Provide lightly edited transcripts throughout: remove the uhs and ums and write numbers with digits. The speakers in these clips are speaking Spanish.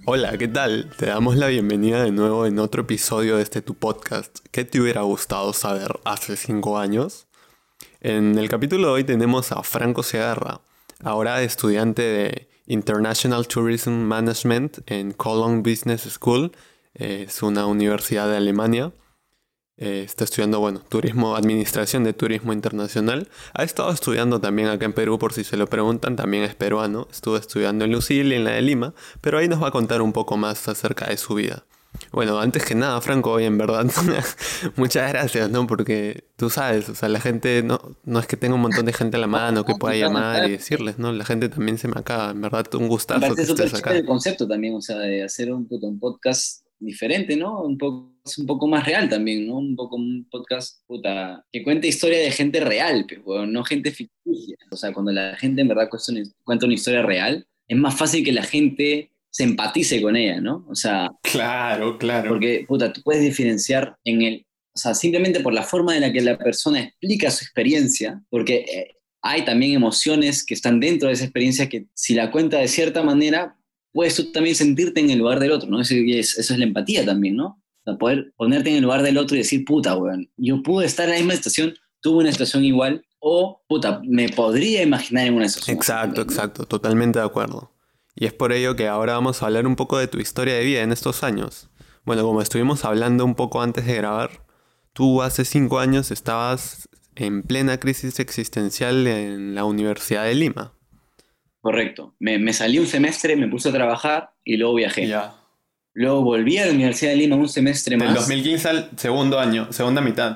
Hola, ¿qué tal? Te damos la bienvenida de nuevo en otro episodio de tu podcast. ¿Qué te hubiera gustado saber hace 5 años? En el capítulo de hoy tenemos a Franco Segarra, ahora estudiante de International Tourism Management en Cologne Business School. Es una universidad de Alemania. Está estudiando, turismo, administración de turismo internacional. Ha estado estudiando también acá en Perú, por si se lo preguntan, también es peruano. Estuvo estudiando en Lucil y en la de Lima, pero ahí nos va a contar un poco más acerca de su vida. Bueno, antes que nada, Franco, hoy en verdad, muchas gracias, ¿no? Porque tú sabes, o sea, la gente no es que tenga un montón de gente a la mano que pueda llamar y decirles, ¿no? La gente también se me acaba, en verdad, un Me gustazo parece que súper estés chévere acá. el concepto también, o sea, de hacer un podcast diferente, ¿no? Es un poco más real también, ¿no? Un poco un podcast, que cuente historia de gente real, pero bueno, no gente ficticia. O sea, cuando la gente en verdad cuenta una historia real, es más fácil que la gente se empatice con ella, ¿no? O sea, Claro, claro. porque, tú puedes diferenciar o sea, simplemente por la forma en la que la persona explica su experiencia, porque hay también emociones que están dentro de esa experiencia que si la cuenta de cierta manera, puedes tú también sentirte en el lugar del otro, ¿no? Eso es la empatía también, ¿no? O sea, poder ponerte en el lugar del otro y decir, puta, weón, yo pude estar en la misma situación, tuve una situación igual, o, puta, me podría imaginar en una situación así Exacto, también, ¿no? exacto, totalmente de acuerdo. Y es por ello que ahora vamos a hablar un poco de tu historia de vida en estos años. Bueno, como estuvimos hablando un poco antes de grabar, tú hace 5 años estabas en plena crisis existencial en la Universidad de Lima. Correcto. Me salí un semestre, me puse a trabajar y luego viajé. Ya. Luego volví a la Universidad de Lima un semestre Del más, 2015 al segundo año, segunda mitad.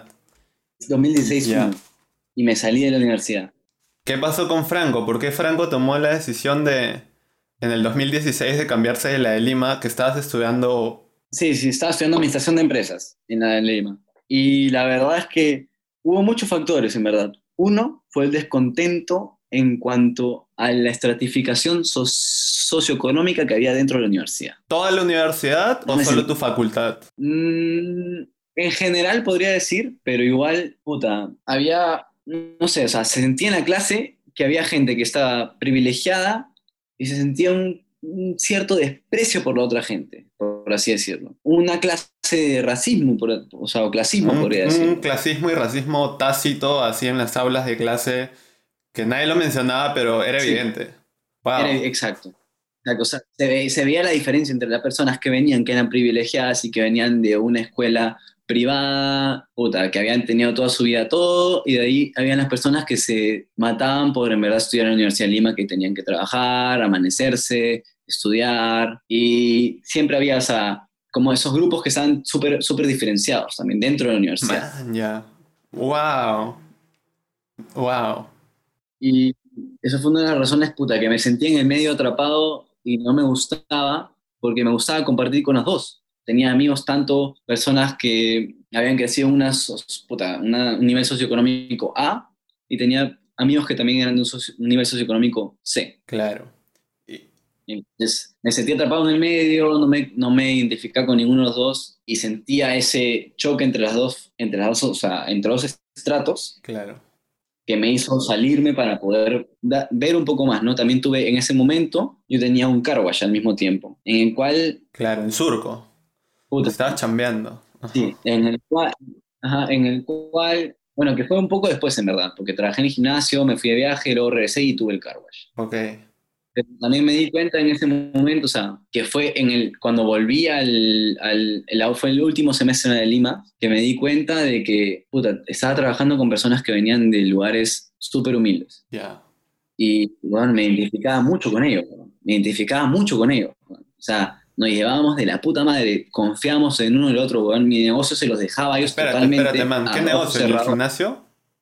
2016 Ya. junio, y me salí de la universidad. ¿Qué pasó con Franco? ¿Por qué Franco tomó la decisión en el 2016, de cambiarse de la de Lima, que estabas estudiando? Sí, sí, estaba estudiando administración de empresas en la de Lima. Y la verdad es que hubo muchos factores, en verdad. Uno fue el descontento en cuanto a la estratificación socioeconómica que había dentro de la universidad. ¿Toda la universidad No o me solo sentí. tu facultad? En general podría decir, pero igual, había, no sé, o sea, se sentía en la clase que había gente que estaba privilegiada y se sentía un cierto desprecio por la otra gente, por así decirlo. Una clase de racismo, o sea, o clasismo, podría Un decirlo. clasismo y racismo tácito así en las aulas de clase que nadie lo mencionaba, pero era Sí, evidente. era Wow. exacto. La cosa, se veía la diferencia entre las personas que venían, que eran privilegiadas y que venían de una escuela privada, que habían tenido toda su vida todo, y de ahí habían las personas que se mataban por en verdad estudiar en la Universidad de Lima, que tenían que trabajar, amanecerse, estudiar, y siempre había, o sea, como esos grupos que estaban súper súper diferenciados también dentro de la universidad. Man, ya. Wow. Wow. Y esa fue una de las razones, que me sentía en el medio atrapado y no me gustaba, porque me gustaba compartir con los dos. Tenía amigos, tanto personas que habían crecido en un nivel socioeconómico A, y tenía amigos que también eran de un nivel socioeconómico C. Claro. Y- Entonces, me sentía atrapado en el medio, no me identificaba con ninguno de los dos, y sentía ese choque o sea, entre dos estratos, claro. que me hizo salirme para poder ver un poco más, ¿no? También tuve, en ese momento, yo tenía un car wash al mismo tiempo, en el cual, Claro, en Surco. puta, Estabas chambeando. Ajá. sí, bueno, que fue un poco después en verdad, porque trabajé en el gimnasio, me fui de viaje, luego regresé y tuve el car wash. Ok. Pero también me di cuenta en ese momento, o sea, que fue cuando volví fue el último semestre de Lima, que me di cuenta de que, estaba trabajando con personas que venían de lugares súper humildes. Ya. Y bueno, me identificaba mucho con ellos, weón. Me identificaba mucho con ellos, weón. O sea, nos llevábamos de la puta madre, confiábamos en uno y el otro, weón. Mi negocio se los dejaba a ellos Espérate, totalmente man. ¿Qué a ojos negocio? ¿El del cerrados. gimnasio?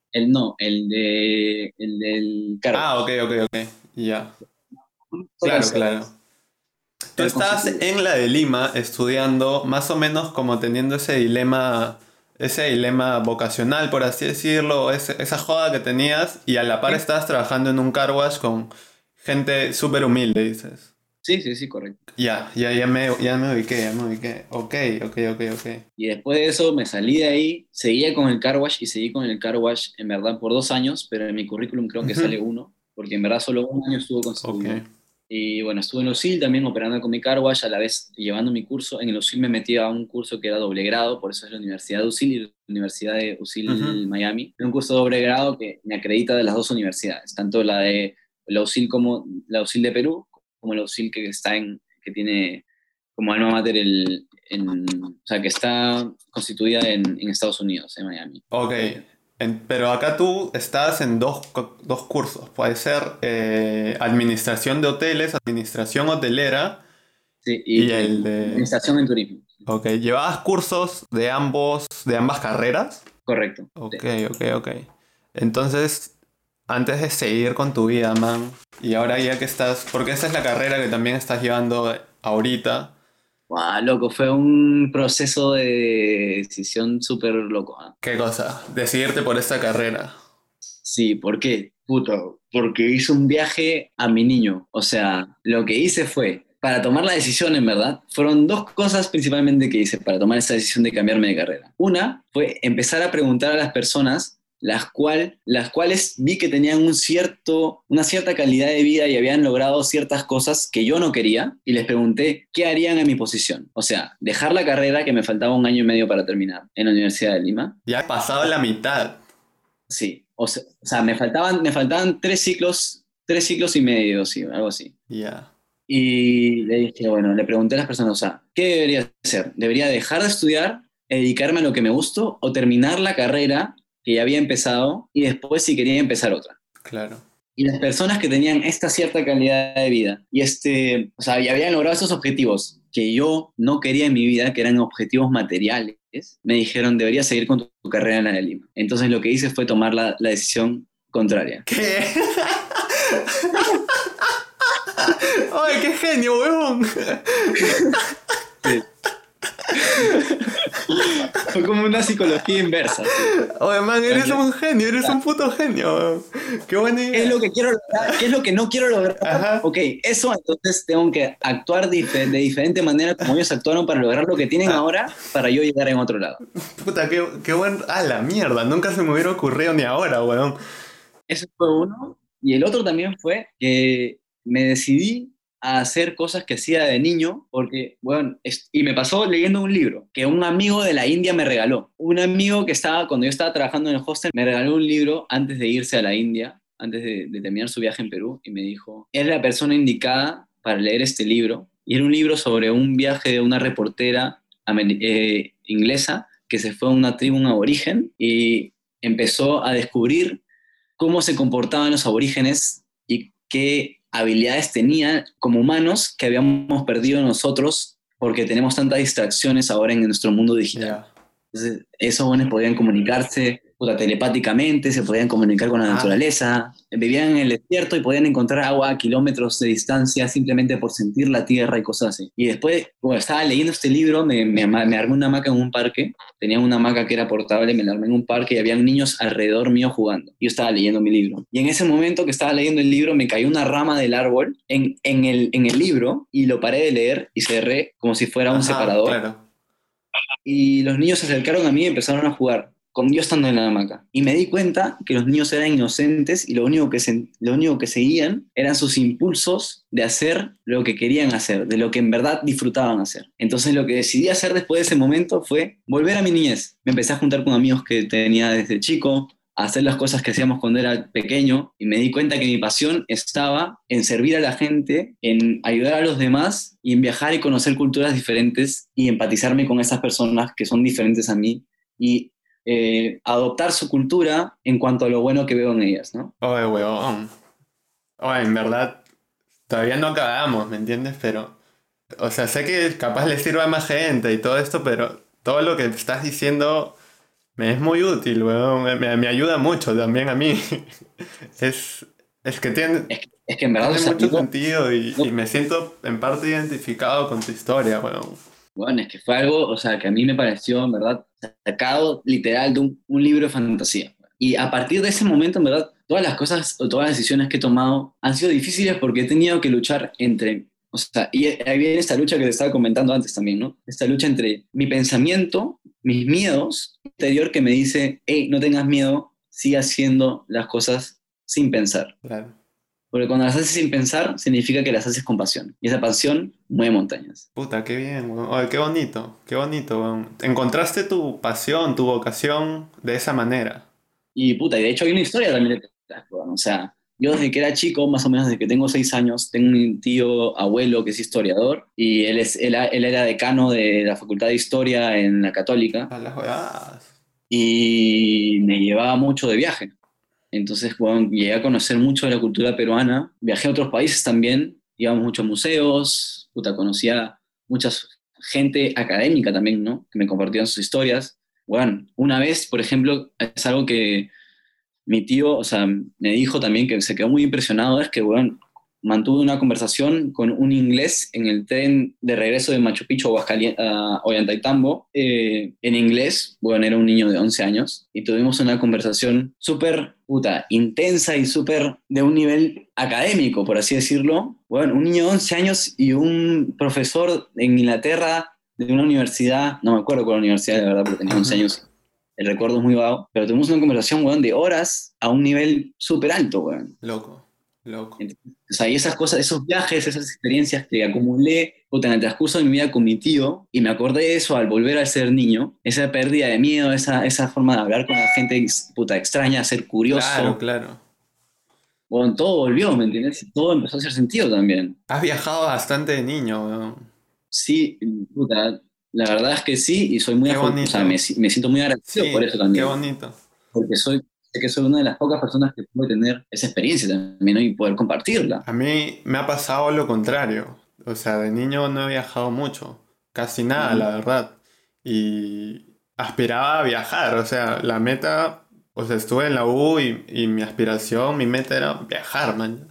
El del cargo. Ah, ok, ok, ok. Ya. Solo el Claro, cerdo, claro. Tú era estás constituido. en la de Lima estudiando, más o menos como teniendo ese dilema vocacional, por así decirlo, esa joda que tenías, y a la par Sí, estabas trabajando en un car wash con gente súper humilde, dices. sí, sí, sí, correcto. Ya me ubiqué, ya me ubiqué. Ok, ok, ok, ok. Y después de eso me salí de ahí, seguía con el car wash y seguí con el car wash en verdad por 2 años, pero en mi currículum creo que Ujú. sale uno, porque en verdad solo un año estuve Ok. constituido. Y bueno, estuve en USIL también operando con mi car wash, a la vez llevando mi curso. En el USIL me metí a un curso que era doble grado, por eso es la Universidad de USIL y la Universidad de Ujú. USIL Miami. Es un curso de doble grado que me acredita de las dos universidades, tanto la USIL como la USIL de Perú, como la USIL que tiene como alma mater o sea, que está constituida en Estados Unidos, en Miami. Ok, pero acá tú estás en dos cursos. Puede ser administración de hoteles, administración hotelera Sí, y y el turismo, de... administración en turismo. Ok, ¿llevabas cursos de ambas carreras? Correcto. Sí. Ok, ok. Entonces, antes de seguir con tu vida, man, y ahora ya que estás, porque esa es la carrera que también estás llevando ahorita, Guau, loco, fue un proceso de decisión súper loco. ¿Ah? ¿qué cosa? Decidirte por esta carrera. Sí, ¿por qué? Puto, porque hice un viaje a mi niño. O sea, lo que hice fue, para tomar la decisión, en verdad, fueron dos cosas principalmente que hice para tomar esa decisión de cambiarme de carrera. Una fue empezar a preguntar a las personas las cuales vi que tenían una cierta calidad de vida y habían logrado ciertas cosas que yo no quería, y les pregunté qué harían en mi posición. O sea, dejar la carrera que me faltaba un año y medio para terminar en la Universidad de Lima. Ya he pasado la mitad. Sí, o sea, me faltaban tres ciclos y medio, sí, algo así. Ya. Y le dije, bueno, le pregunté a las personas, o sea, ¿qué debería hacer? ¿Debería dejar de estudiar, dedicarme a lo que me gustó o terminar la carrera que ya había empezado y después si quería empezar otra? Claro. Y las personas que tenían esta cierta calidad de vida y o sea, y habían logrado esos objetivos que yo no quería en mi vida, que eran objetivos materiales, me dijeron, deberías seguir con tu carrera en la de Lima. Entonces lo que hice fue tomar la decisión contraria. ¿Qué? ¡Ay, qué genio, weón! Sí. Fue como una psicología inversa, sí. Oye, man, eres Tranquilo. un genio, eres un puto genio, weón. ¡Qué buena ¿Qué es idea! lo que quiero lograr? ¿Qué es lo que no quiero lograr? Ajá. Ok, eso entonces tengo que actuar de diferente manera como ellos actuaron para lograr lo que tienen Ah, ahora para yo llegar en otro lado. puta, qué buen... ¡Ah, la mierda! Nunca se me hubiera ocurrido ni ahora, weón. Ese fue uno. Y el otro también fue que me decidí a hacer cosas que hacía de niño, porque, bueno, y me pasó leyendo un libro que un amigo de la India me regaló. Un amigo que cuando yo estaba trabajando en el hostel, me regaló un libro antes de irse a la India, antes de terminar su viaje en Perú, y me dijo, es la persona indicada para leer este libro. Y era un libro sobre un viaje de una reportera inglesa que se fue a una tribu, un aborigen, y empezó a descubrir cómo se comportaban los aborígenes y qué habilidades tenían como humanos que habíamos perdido nosotros porque tenemos tantas distracciones ahora en nuestro mundo digital. Ya. Entonces, esos jóvenes podían comunicarse puta, telepáticamente, se podían comunicar con la Ah, naturaleza, vivían en el desierto y podían encontrar agua a kilómetros de distancia simplemente por sentir la tierra y cosas así. Y después, cuando estaba leyendo este libro, me armé una hamaca en un parque, tenía una hamaca que era portable, me la armé en un parque y había niños alrededor mío jugando. Yo estaba leyendo mi libro. Y en ese momento que estaba leyendo el libro, me cayó una rama del árbol en el libro y lo paré de leer y cerré como si fuera un ajá, separador claro. y los niños se acercaron a mí y empezaron a jugar, con yo estando en la hamaca. Y me di cuenta que los niños eran inocentes y lo único que seguían eran sus impulsos de hacer lo que querían hacer, de lo que en verdad disfrutaban hacer. Entonces lo que decidí hacer después de ese momento fue volver a mi niñez. Me empecé a juntar con amigos que tenía desde chico, a hacer las cosas que hacíamos cuando era pequeño y me di cuenta que mi pasión estaba en servir a la gente, en ayudar a los demás y en viajar y conocer culturas diferentes y empatizarme con esas personas que son diferentes a mí y adoptar su cultura en cuanto a lo bueno que veo en ellas, ¿no? Oye, weón. Oye, en verdad, todavía no acabamos, ¿me entiendes? Pero, o sea, sé que capaz le sirve a más gente y todo esto, pero todo lo que estás diciendo me es muy útil, weón. Me ayuda mucho también a mí. Es, es que Es que en verdad, o tiene sea, mucho sentido y no, me siento en parte identificado con tu historia, weón. bueno, es que fue algo, o sea, que a mí me pareció, en verdad, sacado literal de un libro de fantasía. Y a partir de ese momento, en verdad, todas las cosas o todas las decisiones que he tomado han sido difíciles porque he tenido que luchar o sea, y ahí viene esta lucha que te estaba comentando antes también, ¿no? Esta lucha entre mi pensamiento, mis miedos interior que me dice, hey, no tengas miedo, sigue haciendo las cosas sin pensar. Claro. Porque cuando las haces sin pensar, significa que las haces con pasión. Y esa pasión mueve montañas. Puta, qué bien, weón. Oye, qué bonito, weón. Encontraste tu pasión, tu vocación de esa manera. Y puta, y de hecho hay una historia también detrás, weón. O sea, yo desde que era chico, más o menos desde que tengo 6 años, tengo un tío abuelo que es historiador y él era decano de la Facultad de Historia en la Católica A las weadas. y me llevaba mucho de viaje. Entonces, bueno, llegué a conocer mucho de la cultura peruana. Viajé a otros países también, íbamos mucho a museos, puta, conocía mucha gente académica también, ¿no? Que me compartían sus historias. Bueno, una vez, por ejemplo, es algo que mi tío, o sea, me dijo también que se quedó muy impresionado, es que, bueno, mantuve una conversación con un inglés en el tren de regreso de Machu Picchu a Ollantaytambo, en inglés, bueno, era un niño de 11 años, y tuvimos una conversación súper, puta, intensa y súper de un nivel académico, por así decirlo. Bueno, un niño de 11 años y un profesor en Inglaterra de una universidad, no me acuerdo cuál universidad, de verdad, porque tenía 11 Ujú. años, el recuerdo es muy vago, pero tuvimos una conversación, weón, de horas a un nivel súper alto, weón. Loco, loco. Entonces, o sea, y esas cosas, esos viajes, esas experiencias que acumulé, puta, en el transcurso de mi vida con mi tío, y me acordé de eso al volver a ser niño, esa pérdida de miedo, esa forma de hablar con la gente, puta, extraña, ser Claro, curioso, claro. bueno, todo volvió, ¿me entiendes? Y todo empezó a hacer sentido también. Has viajado bastante de niño, weón. Sí, puta, la verdad es que sí, y soy muy, Qué o sea, me bonito. siento muy agradecido por Sí, eso qué también. bonito. Porque sé que soy una de las pocas personas que puede tener esa experiencia también, ¿no? Y poder compartirla. A mí me ha pasado lo contrario. O sea, de niño no he viajado mucho. Casi nada, Ujú. la verdad. Y aspiraba a viajar. O sea, la meta. O sea, estuve en la U y mi aspiración, mi meta era viajar, man.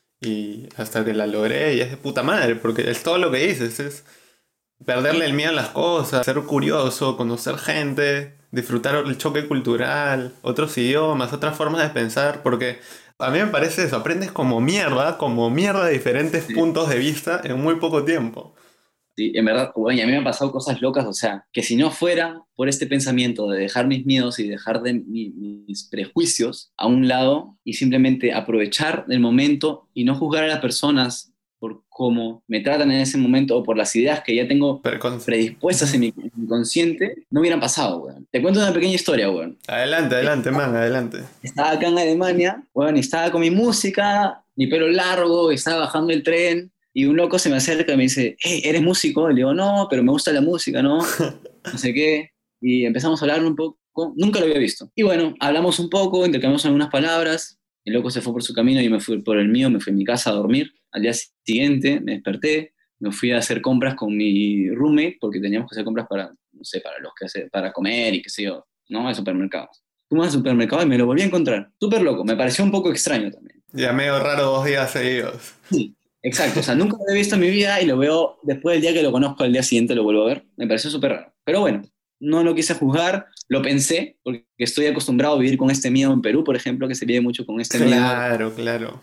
Y hasta que la logré y es de puta madre, porque es todo lo que dices, es perderle el miedo a las cosas, ser curioso, conocer gente, disfrutar el choque cultural, otros idiomas, otras formas de pensar, porque a mí me parece eso, aprendes como mierda de diferentes Sí, puntos de vista en muy poco tiempo. sí, en verdad, bueno, y a mí me han pasado cosas locas, o sea, que si no fuera por este pensamiento de dejar mis miedos y dejar mis prejuicios a un lado y simplemente aprovechar el momento y no juzgar a las personas por cómo me tratan en ese momento o por las ideas que ya tengo Pero predispuestas en Ujú. mi inconsciente, no hubieran pasado, weón. Te cuento una pequeña historia, weón. Adelante, adelante, man, adelante. Estaba acá en Alemania, bueno, y estaba con mi música, mi pelo largo, estaba bajando el tren, y un loco se me acerca y me dice, hey, ¿eres músico? Y le digo, no, pero me gusta la música, ¿no? No sé qué. Y empezamos a hablar un poco, nunca lo había visto. Y bueno, hablamos un poco, intercambiamos algunas palabras, el loco se fue por su camino, yo me fui por el mío, me fui a mi casa a dormir. Al día siguiente me desperté, me fui a hacer compras con mi roommate, porque teníamos que hacer compras para, no sé, para los que hace, para comer y qué sé yo, ¿no? Al supermercado. Fuimos al supermercado y me lo volví a encontrar. Súper loco, me pareció un poco extraño también. Ya medio raro 2 días seguidos. Sí, exacto, o sea, nunca lo había visto en mi vida y lo veo después del día que lo conozco, al día siguiente lo vuelvo a ver. Me pareció súper raro. Pero bueno, no lo quise juzgar, lo pensé, porque estoy acostumbrado a vivir con este miedo en Perú, por ejemplo, que se vive mucho con este miedo, Claro, claro.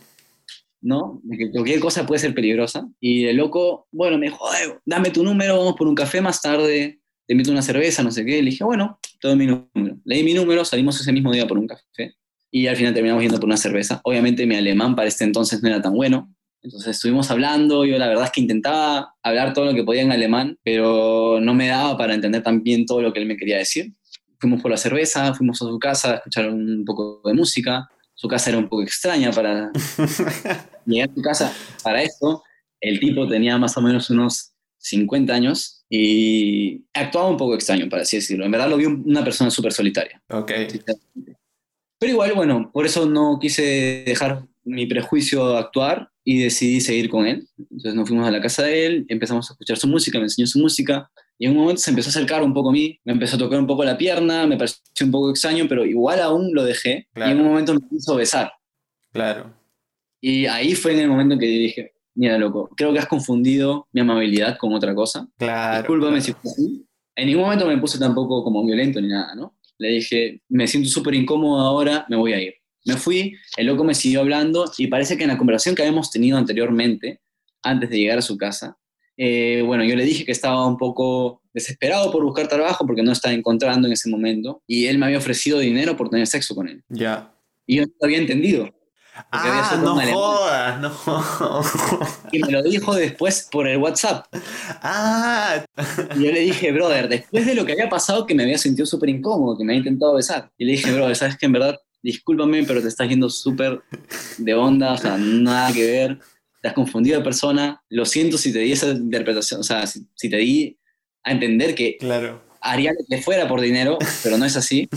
¿no? De que cualquier cosa puede ser peligrosa. Y el loco, bueno, me dijo, "Ay, dame tu número, vamos por un café más tarde, te invito a una cerveza, no sé qué". Le dije, bueno, te doy mi número. Le di mi número, salimos ese mismo día por un café y al final terminamos yendo por una cerveza. Obviamente mi alemán para este entonces no era tan bueno. Entonces estuvimos hablando, yo la verdad es que intentaba hablar todo lo que podía en alemán, pero no me daba para entender tan bien todo lo que él me quería decir. Fuimos por la cerveza, fuimos a su casa a escuchar un poco de música. Su casa era un poco extraña para llegué a su casa para eso. El tipo tenía más o menos unos 50 años y actuaba un poco extraño, para así decirlo. En verdad lo vi una persona súper solitaria. Ok, Sinceramente. Pero igual, bueno, por eso no quise dejar mi prejuicio actuar y decidí seguir con él. Entonces nos fuimos a la casa de él, empezamos a escuchar su música, me enseñó su música y en un momento se empezó a acercar un poco a mí, me empezó a tocar un poco la pierna, me pareció un poco extraño, pero igual aún lo dejé y en un claro, momento me quiso besar. claro, Y ahí fue en el momento en que dije, mira, loco, creo que has confundido mi amabilidad con otra cosa. claro, Discúlpame si claro. fue así. En ningún momento me puse tampoco como violento ni nada, ¿no? Le dije, me siento súper incómodo ahora, me voy a ir. Me fui, el loco me siguió hablando y parece que en la conversación que habíamos tenido anteriormente, antes de llegar a su casa, bueno, yo le dije que estaba un poco desesperado por buscar trabajo porque no estaba encontrando en ese momento y él me había ofrecido dinero por tener sexo con él. Ya. Y yo no lo había entendido. porque había sido No con Alemania. jodas, no jodas. Y me lo dijo después por el WhatsApp. Ah, Y yo le dije, brother, después de lo que había pasado, que me había sentido súper incómodo, que me había intentado besar. Y le dije, brother, sabes que en verdad, discúlpame, pero te estás yendo súper de onda, o sea, nada que ver. Te has confundido de persona. Lo siento si te di esa interpretación, o sea, si te di a entender que claro. haría lo que fuera por dinero, pero no es así.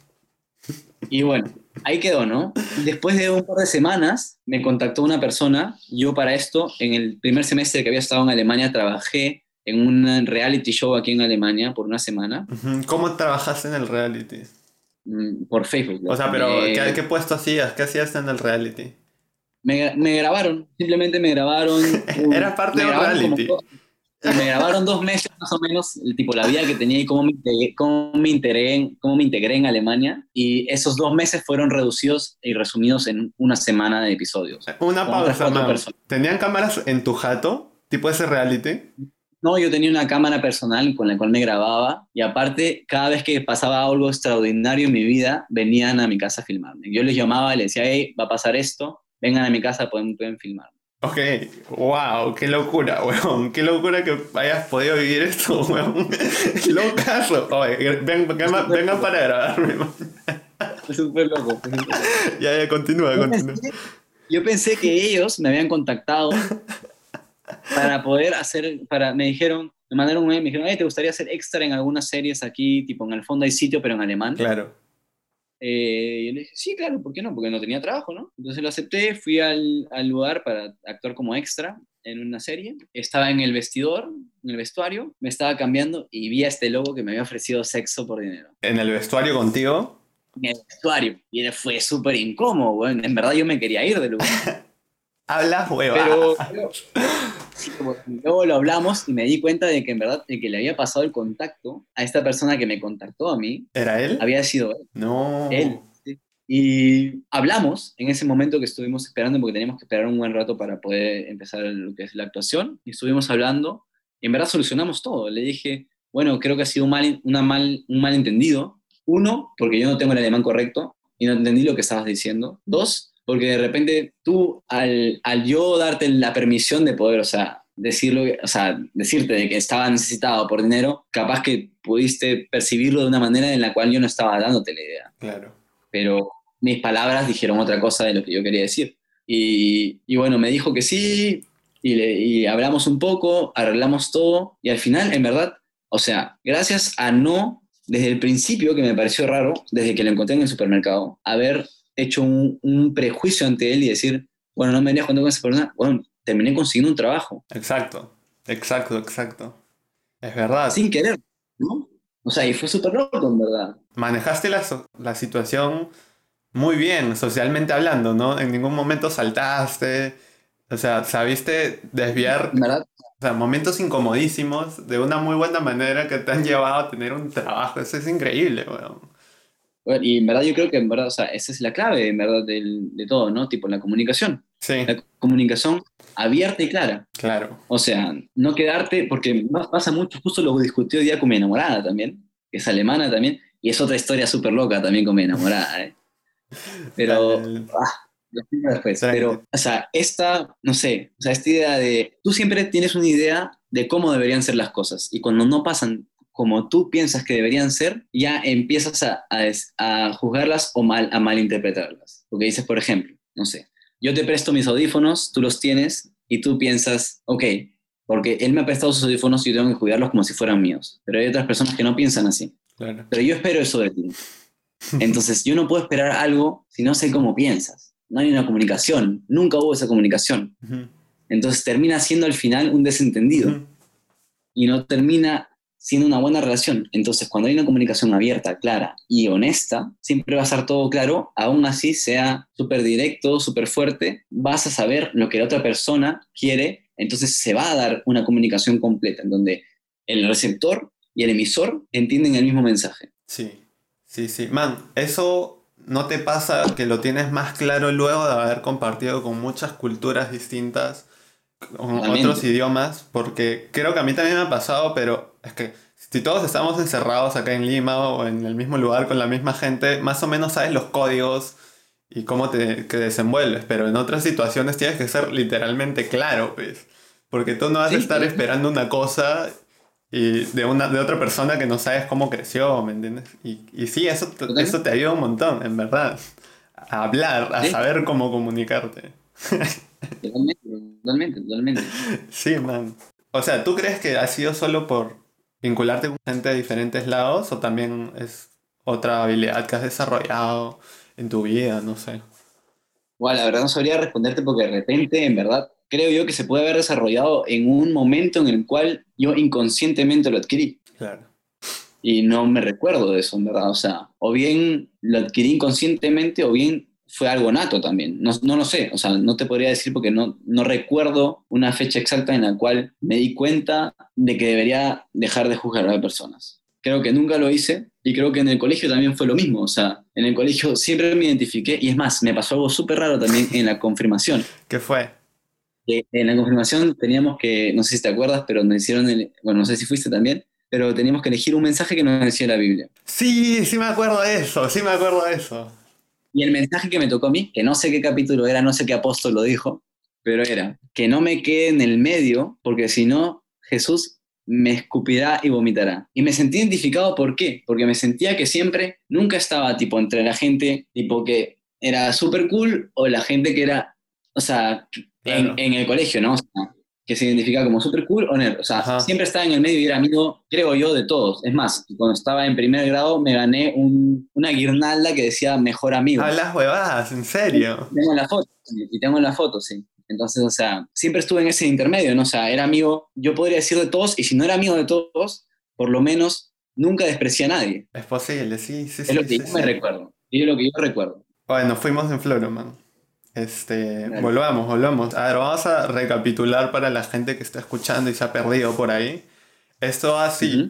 Y bueno, ahí quedó, ¿no? Después de un par de semanas me contactó una persona. Yo para esto, en el primer semestre que había estado en Alemania, trabajé en un reality show aquí en Alemania por una semana, Ujú. ¿Cómo trabajaste en el reality? por Facebook. O sea, pero ¿qué puesto hacías? ¿Qué hacías en el reality? Me grabaron, simplemente me grabaron, Era parte me de un grabaron como reality. y me grabaron 2 meses más o menos, el tipo, la vida que tenía y cómo me integré en Alemania. Y esos 2 meses fueron reducidos y resumidos en una semana de episodios, Una con otras pausa, cuatro man. personas. ¿Tenían cámaras en tu jato? ¿Tipo ese reality? No, yo tenía una cámara personal con la cual me grababa y aparte, cada vez que pasaba algo extraordinario en mi vida, venían a mi casa a filmarme. Yo les llamaba y les decía, hey, va a pasar esto, vengan a mi casa, pueden filmar. Ok, wow, qué locura, weón. Qué locura que hayas podido vivir esto, weón. Locazo. Oye, vengan para grabarme, man. Fue súper loco, fue súper loco. Ya, continúa, Yo continúa. pensé, yo pensé que ellos me habían contactado para poder me dijeron, me mandaron un mail, me dijeron, hey, ¿te gustaría hacer extra en algunas series aquí, tipo en el fondo hay sitio, pero en alemán? Claro. Y yo le dije, sí, claro, ¿por qué no? Porque no tenía trabajo, ¿no? Entonces lo acepté, fui al lugar para actuar como extra en una serie. Estaba en el vestidor, en el vestuario, me estaba cambiando y vi a este lobo que me había ofrecido sexo por dinero. ¿En el vestuario contigo? En el vestuario. Y fue súper incómodo, güey. En verdad yo me quería ir del lugar. Hablas hueva. Pero sí, luego lo hablamos y me di cuenta de que en verdad el que le había pasado el contacto a esta persona que me contactó a mí ¿Era él? había sido él. No. Él, sí. Y hablamos en ese momento que estuvimos esperando, porque teníamos que esperar un buen rato para poder empezar lo que es la actuación, y estuvimos hablando, y en verdad solucionamos todo. Le dije, bueno, creo que ha sido un malentendido. Uno, porque yo no tengo el alemán correcto y no entendí lo que estabas diciendo. Dos, porque de repente tú, al yo darte la permisión de poder, o sea, o sea, decirte de que estaba necesitado por dinero, capaz que pudiste percibirlo de una manera en la cual yo no estaba dándote la idea, Claro. pero mis palabras dijeron otra cosa de lo que yo quería decir. Y bueno, me dijo que sí, y hablamos un poco, arreglamos todo, y al final, en verdad, o sea, gracias a no, desde el principio, que me pareció raro, desde que lo encontré en el supermercado, haber hecho un prejuicio ante él y decir, bueno, no me venía jugando con esa persona, bueno, terminé consiguiendo un trabajo, Exacto. Exacto, exacto. Es verdad. sin querer, ¿no? O sea, y fue súper loco, en verdad. Manejaste la situación muy bien, socialmente hablando, ¿no? En ningún momento saltaste. O sea, sabiste desviar, En verdad, o sea, momentos incomodísimos de una muy buena manera que te han llevado a tener un trabajo. Eso es increíble, weón. bueno, y en verdad yo creo que en verdad, o sea, esa es la clave, en verdad, de todo, ¿no? Tipo la comunicación. Sí, La comunicación abierta y clara. claro. O sea, no quedarte, porque pasa mucho, justo lo discutí hoy día con mi enamorada también, que es alemana también, y es otra historia súper loca también con mi enamorada, ¿eh? Pero, Dale, lo explico después. tranqui. Pero, o sea, no sé, o sea, esta idea de, tú siempre tienes una idea de cómo deberían ser las cosas, y cuando no pasan como tú piensas que deberían ser, ya empiezas a juzgarlas o a malinterpretarlas. Porque dices, por ejemplo, no sé, yo te presto mis audífonos, tú los tienes, y tú piensas, ok, porque él me ha prestado sus audífonos y yo tengo que cuidarlos como si fueran míos. Pero hay otras personas que no piensan así. Claro. Pero yo espero eso de ti. Entonces, yo no puedo esperar algo si no sé cómo piensas. No hay una comunicación, nunca hubo esa comunicación. Ujú, Entonces termina siendo al final un desentendido ujú. y no termina siendo una buena relación. Entonces, cuando hay una comunicación abierta, clara y honesta, siempre va a estar todo claro, aún así sea súper directo, súper fuerte, vas a saber lo que la otra persona quiere, entonces se va a dar una comunicación completa, en donde el receptor y el emisor entienden el mismo mensaje. Sí, sí, sí. Man, eso no te pasa que lo tienes más claro luego de haber compartido con muchas culturas distintas, con otros Totalmente. idiomas, porque creo que a mí también me ha pasado, pero es que si todos estamos encerrados acá en Lima o en el mismo lugar con la misma gente, más o menos sabes los códigos y cómo te desenvuelves, pero en otras situaciones tienes que ser literalmente claro, pues, porque tú no vas a Sí, estar esperando una cosa y de otra persona que no sabes cómo creció, ¿me entiendes? Y sí, eso totalmente. te ayuda un montón, en verdad, a hablar, a Sí, saber cómo comunicarte. totalmente, totalmente, totalmente. Sí, man. O sea, ¿tú crees que ha sido solo por vincularte con gente de diferentes lados o también es otra habilidad que has desarrollado en tu vida? No sé. Bueno, la verdad no sabría responderte porque de repente, en verdad, creo yo que se puede haber desarrollado en un momento en el cual yo inconscientemente lo adquirí. Claro. Y no me recuerdo de eso, en verdad. O sea, o bien lo adquirí inconscientemente o bien fue algo nato también. No, no lo sé, o sea, no te podría decir porque no recuerdo una fecha exacta en la cual me di cuenta de que debería dejar de juzgar a las personas. Creo que nunca lo hice y creo que en el colegio también fue lo mismo. O sea, en el colegio siempre me identifiqué y es más, me pasó algo súper raro también en la confirmación. ¿Qué fue? En la confirmación teníamos que, no sé si te acuerdas, pero nos hicieron, bueno, no sé si fuiste también, pero teníamos que elegir un mensaje que nos decía la Biblia. Sí, sí me acuerdo de eso, sí me acuerdo de eso. Y el mensaje que me tocó a mí, que no sé qué capítulo era, no sé qué apóstol lo dijo, pero era que no me quede en el medio, porque si no, Jesús me escupirá y vomitará. Y me sentí identificado, ¿por qué? Porque me sentía que siempre, nunca estaba tipo entre la gente tipo que era súper cool o la gente que era, o sea, Claro. en el colegio, ¿no? O sea, que se identificaba como súper cool o nerd. O sea, Ajá. siempre estaba en el medio y era amigo, creo yo, de todos. Es más, cuando estaba en primer grado me gané una guirnalda que decía mejor amigo. Hablas huevadas, en serio. Tengo la foto, sí, y tengo la foto, sí. Entonces, o sea, siempre estuve en ese intermedio, ¿no? O sea, era amigo, yo podría decir de todos, y si no era amigo de todos, por lo menos nunca desprecié a nadie. Es posible, sí, sí, Es lo sí, que sí, yo me sí. recuerdo. Y es lo que yo recuerdo. Bueno, fuimos en Floroman. Dale. Volvamos, volvamos. A ver, vamos a recapitular para la gente que está escuchando y se ha perdido por ahí. Esto va así. Ujú.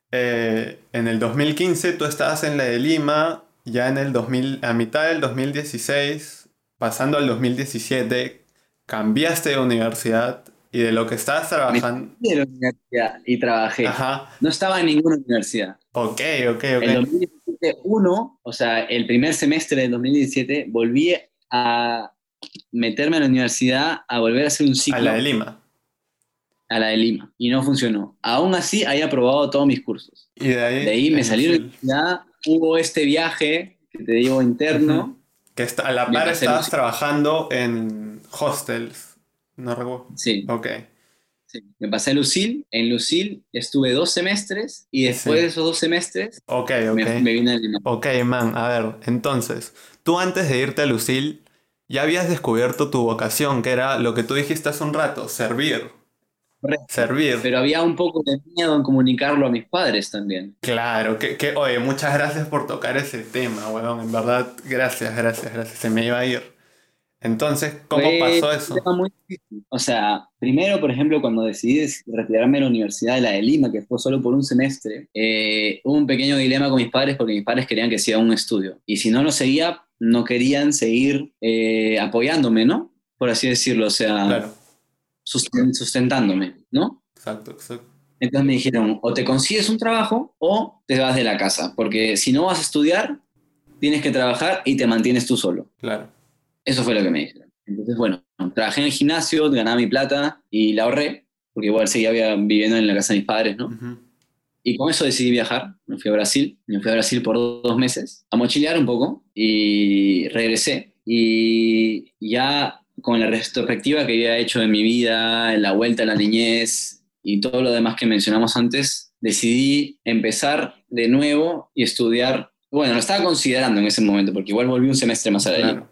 En el 2015 tú estabas en la de Lima, ya en el 2000, a mitad del 2016, pasando al 2017, cambiaste de universidad y de lo que estabas Me salí trabajando... de la universidad y trabajé. Ajá, No estaba en ninguna universidad. ok, ok, ok. El 2017, o sea, el primer semestre del 2017, volví a meterme a la universidad, a volver a hacer un A la de ciclo Lima. a la de Lima y no funcionó. Aún así, había aprobado todos mis cursos. Y de De ahí ahí me en salí de la Lucil. universidad, hubo este viaje que te digo Ujú. interno, Que a la me par pasé estabas Lucil. trabajando en hostels. No recuerdo. Sí, Ok, sí. Me pasé a Lucil. En Lucil estuve 2 semestres y después sí. de esos 2 semestres Ok, ok. me vine a Lima. Ok, man, a ver, entonces, tú antes de irte a Lucil ya habías descubierto tu vocación, que era lo que tú dijiste hace un rato, servir. Correcto. Servir. Pero había un poco de miedo en comunicarlo a mis padres también. Claro, oye, muchas gracias por tocar ese tema, weón. En verdad, gracias, gracias, gracias. Se me iba a ir. Entonces, ¿cómo Fue pasó un eso? tema muy difícil. O sea, primero, por ejemplo, cuando decidí retirarme de la Universidad de la de Lima, que fue solo por un semestre, hubo un pequeño dilema con mis padres porque mis padres querían que siga un estudio. Y si no lo seguía, no querían seguir apoyándome, ¿no? Por así decirlo, o sea, Claro, sustentándome, ¿no? exacto, exacto. Entonces me dijeron, o te consigues un trabajo o te vas de la casa, porque si no vas a estudiar, tienes que trabajar y te mantienes tú solo. Claro. Eso fue lo que me dijeron. Entonces, bueno, trabajé en el gimnasio, ganaba mi plata y la ahorré, porque igual seguía viviendo en la casa de mis padres, ¿no? Ujú. Y con eso decidí viajar. Me fui a Brasil por 2 meses, a mochilear un poco y regresé. Y ya con la retrospectiva que había hecho de mi vida, en la vuelta a la niñez y todo lo demás que mencionamos antes, decidí empezar de nuevo y estudiar. Bueno, lo estaba considerando en ese momento, porque igual volví un semestre más a la de Lima Claro,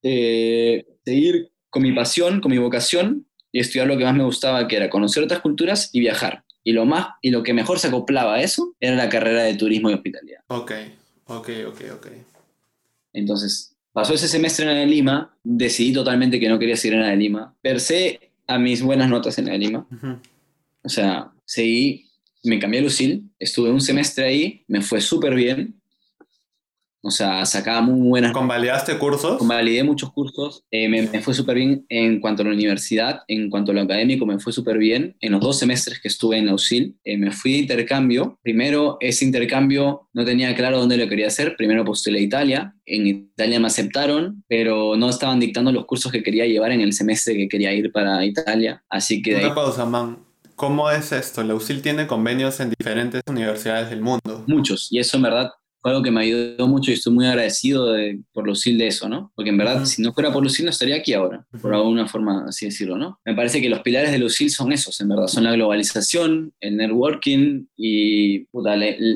seguir con mi pasión, con mi vocación y estudiar lo que más me gustaba, que era conocer otras culturas y viajar. Y lo que mejor se acoplaba a eso era la carrera de turismo y hospitalidad. ok, ok, ok, ok. Entonces, pasó ese semestre en la de Lima, decidí totalmente que no quería seguir en la de Lima, persé a mis buenas notas en la de Lima, Ujú. o sea, seguí, me cambié a Lucil, estuve un semestre ahí, me fue súper bien, O sea, sacaba muy buenas. ¿Convalidaste cursos? Convalidé muchos cursos, me fue súper bien en cuanto a la universidad, en cuanto a lo académico me fue súper bien. En los 2 semestres que estuve en la USIL, me fui de intercambio. Primero, ese intercambio no tenía claro dónde lo quería hacer. Primero postulé a Italia. En Italia me aceptaron, pero no estaban dictando los cursos que quería llevar en el semestre que quería ir para Italia. Así que de ahí Una pausa, man. ¿Cómo es esto? La USIL tiene convenios en diferentes universidades del mundo. muchos. Y eso en verdad fue algo que me ayudó mucho y estoy muy agradecido por Lucil de eso, ¿no? Porque en verdad, Ujú, si no fuera por Lucil, no estaría aquí ahora, por ujú. alguna forma así decirlo, ¿no? Me parece que los pilares de Lucil son esos, en verdad, son la globalización, el networking y puta,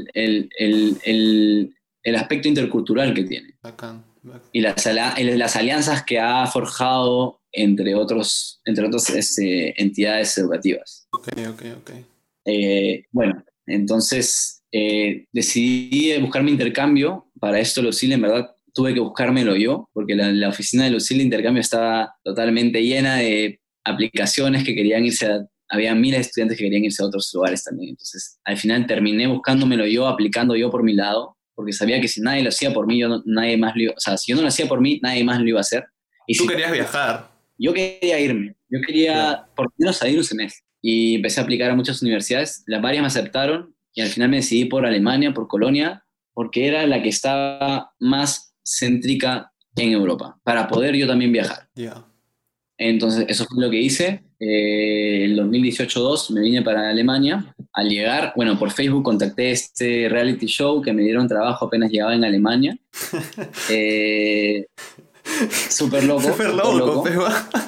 el aspecto intercultural que tiene. Bacán, bacán. Y las alianzas que ha forjado entre otras entidades educativas. Ok, ok, ok. Bueno, entonces decidí buscar mi intercambio. Para esto, Lucille, en verdad, tuve que buscármelo yo, porque la oficina de Lucille de intercambio estaba totalmente llena de aplicaciones que querían irse había miles de estudiantes que querían irse a otros lugares también. Entonces, al final terminé buscándomelo yo, aplicando yo por mi lado, porque sabía que si nadie lo hacía por mí, nadie más lo iba, o sea, si yo no lo hacía por mí, nadie más lo iba a hacer. Y Tú si querías viajar. yo quería irme, yo Claro. quería por lo menos salir un semestre. Y empecé a aplicar a muchas universidades, las varias me aceptaron y al final me decidí por Alemania, por Colonia, porque era la que estaba más céntrica en Europa, para poder yo también viajar. Ya. Entonces, eso fue lo que hice. El 2018-2 me vine para Alemania. Al llegar, bueno, por Facebook contacté este reality show que me dieron trabajo apenas llegaba en Alemania. Eh, Súper súper loco, loco, pero...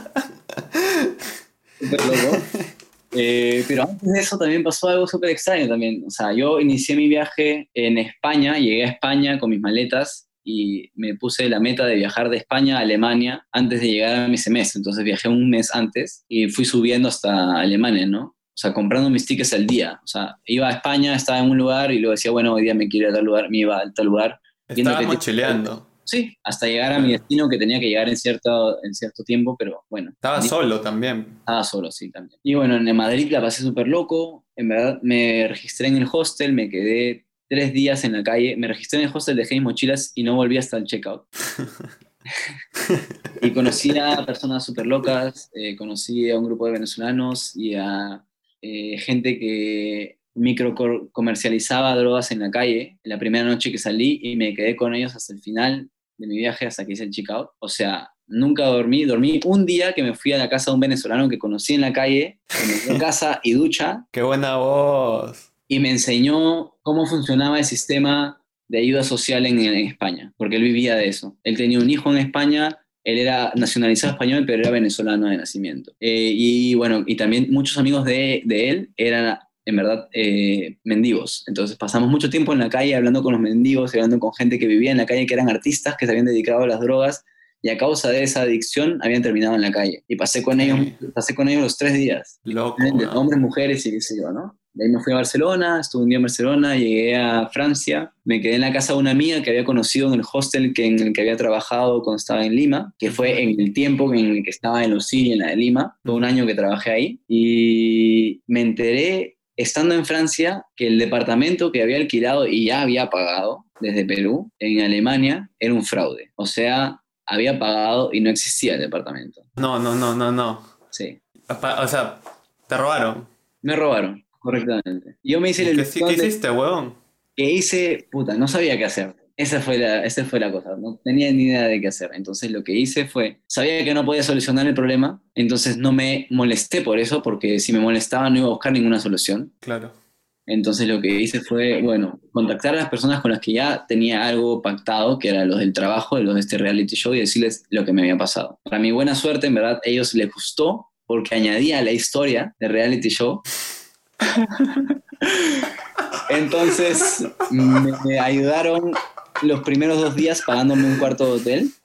súper loco. Pero antes de eso también pasó algo súper extraño también. O sea, yo inicié mi viaje en España, llegué a España con mis maletas y me puse la meta de viajar de España a Alemania antes de llegar a mi semestre. Entonces viajé un mes antes y fui subiendo hasta Alemania, ¿no? O sea, comprando mis tickets al día. O sea, iba a España, estaba en un lugar y luego decía, bueno, hoy día me quiero ir a tal lugar, me iba a tal lugar, viendo Estabas qué tipo. mochileando. Sí, hasta llegar a mi Claro. destino que tenía que llegar en cierto tiempo, pero bueno. Estabas solo también. Estaba solo, sí, también. Y bueno, en Madrid la pasé súper loco. En verdad, me registré en el hostel, me quedé 3 días en la calle. Me registré en el hostel, dejé mis mochilas y no volví hasta el checkout. Y conocí a personas súper locas, conocí a un grupo de venezolanos y a gente que micro comercializaba drogas en la calle. En la primera noche que salí y me quedé con ellos hasta el final de mi viaje, hasta que hice el checkout. O sea, nunca dormí un día que me fui a la casa de un venezolano que conocí en la calle, que me dio casa y ducha ¡Qué buena voz! y me enseñó cómo funcionaba el sistema de ayuda social en España, porque él vivía de eso. Él tenía un hijo en España, él era nacionalizado español, pero era venezolano de nacimiento. Y bueno, y también muchos amigos de él eran, en verdad, mendigos. Entonces pasamos mucho tiempo en la calle hablando con los mendigos, hablando con gente que vivía en la calle, que eran artistas, que se habían dedicado a las drogas. Y a causa de esa adicción habían terminado en la calle. Y Ok. pasé con ellos los 3 días. Loco, De weón. hombres, mujeres y qué sé yo, ¿no? De ahí me fui a Barcelona, estuve un día en Barcelona, llegué a Francia, me quedé en la casa de una amiga que había conocido en el hostel en el que había trabajado cuando estaba en Lima, que fue Ujú, en el tiempo en el que estaba en los CIRI, en la de Lima, fue un ujú. año que trabajé ahí, y me enteré, estando en Francia, que el departamento que había alquilado y ya había pagado desde Perú, en Alemania, era un fraude. O sea, había pagado y no existía el departamento. No, no, no, no, no. Sí, O sea, te robaron. me robaron, correctamente. Yo me hice la ¿Y qué ilusión de hiciste, weón? que hice, puta, no sabía qué hacer. Esa fue la cosa, no tenía ni idea de qué hacer. Entonces lo que hice fue, sabía que no podía solucionar el problema, entonces no me molesté por eso, porque si me molestaba no iba a buscar ninguna solución. Claro. Entonces lo que hice fue, bueno, contactar a las personas con las que ya tenía algo pactado, que eran los del trabajo, los de este reality show, y decirles lo que me había pasado. Para mi buena suerte, en verdad, a ellos les gustó, porque añadía a la historia del reality show. Entonces me ayudaron los primeros 2 días pagándome un cuarto de hotel.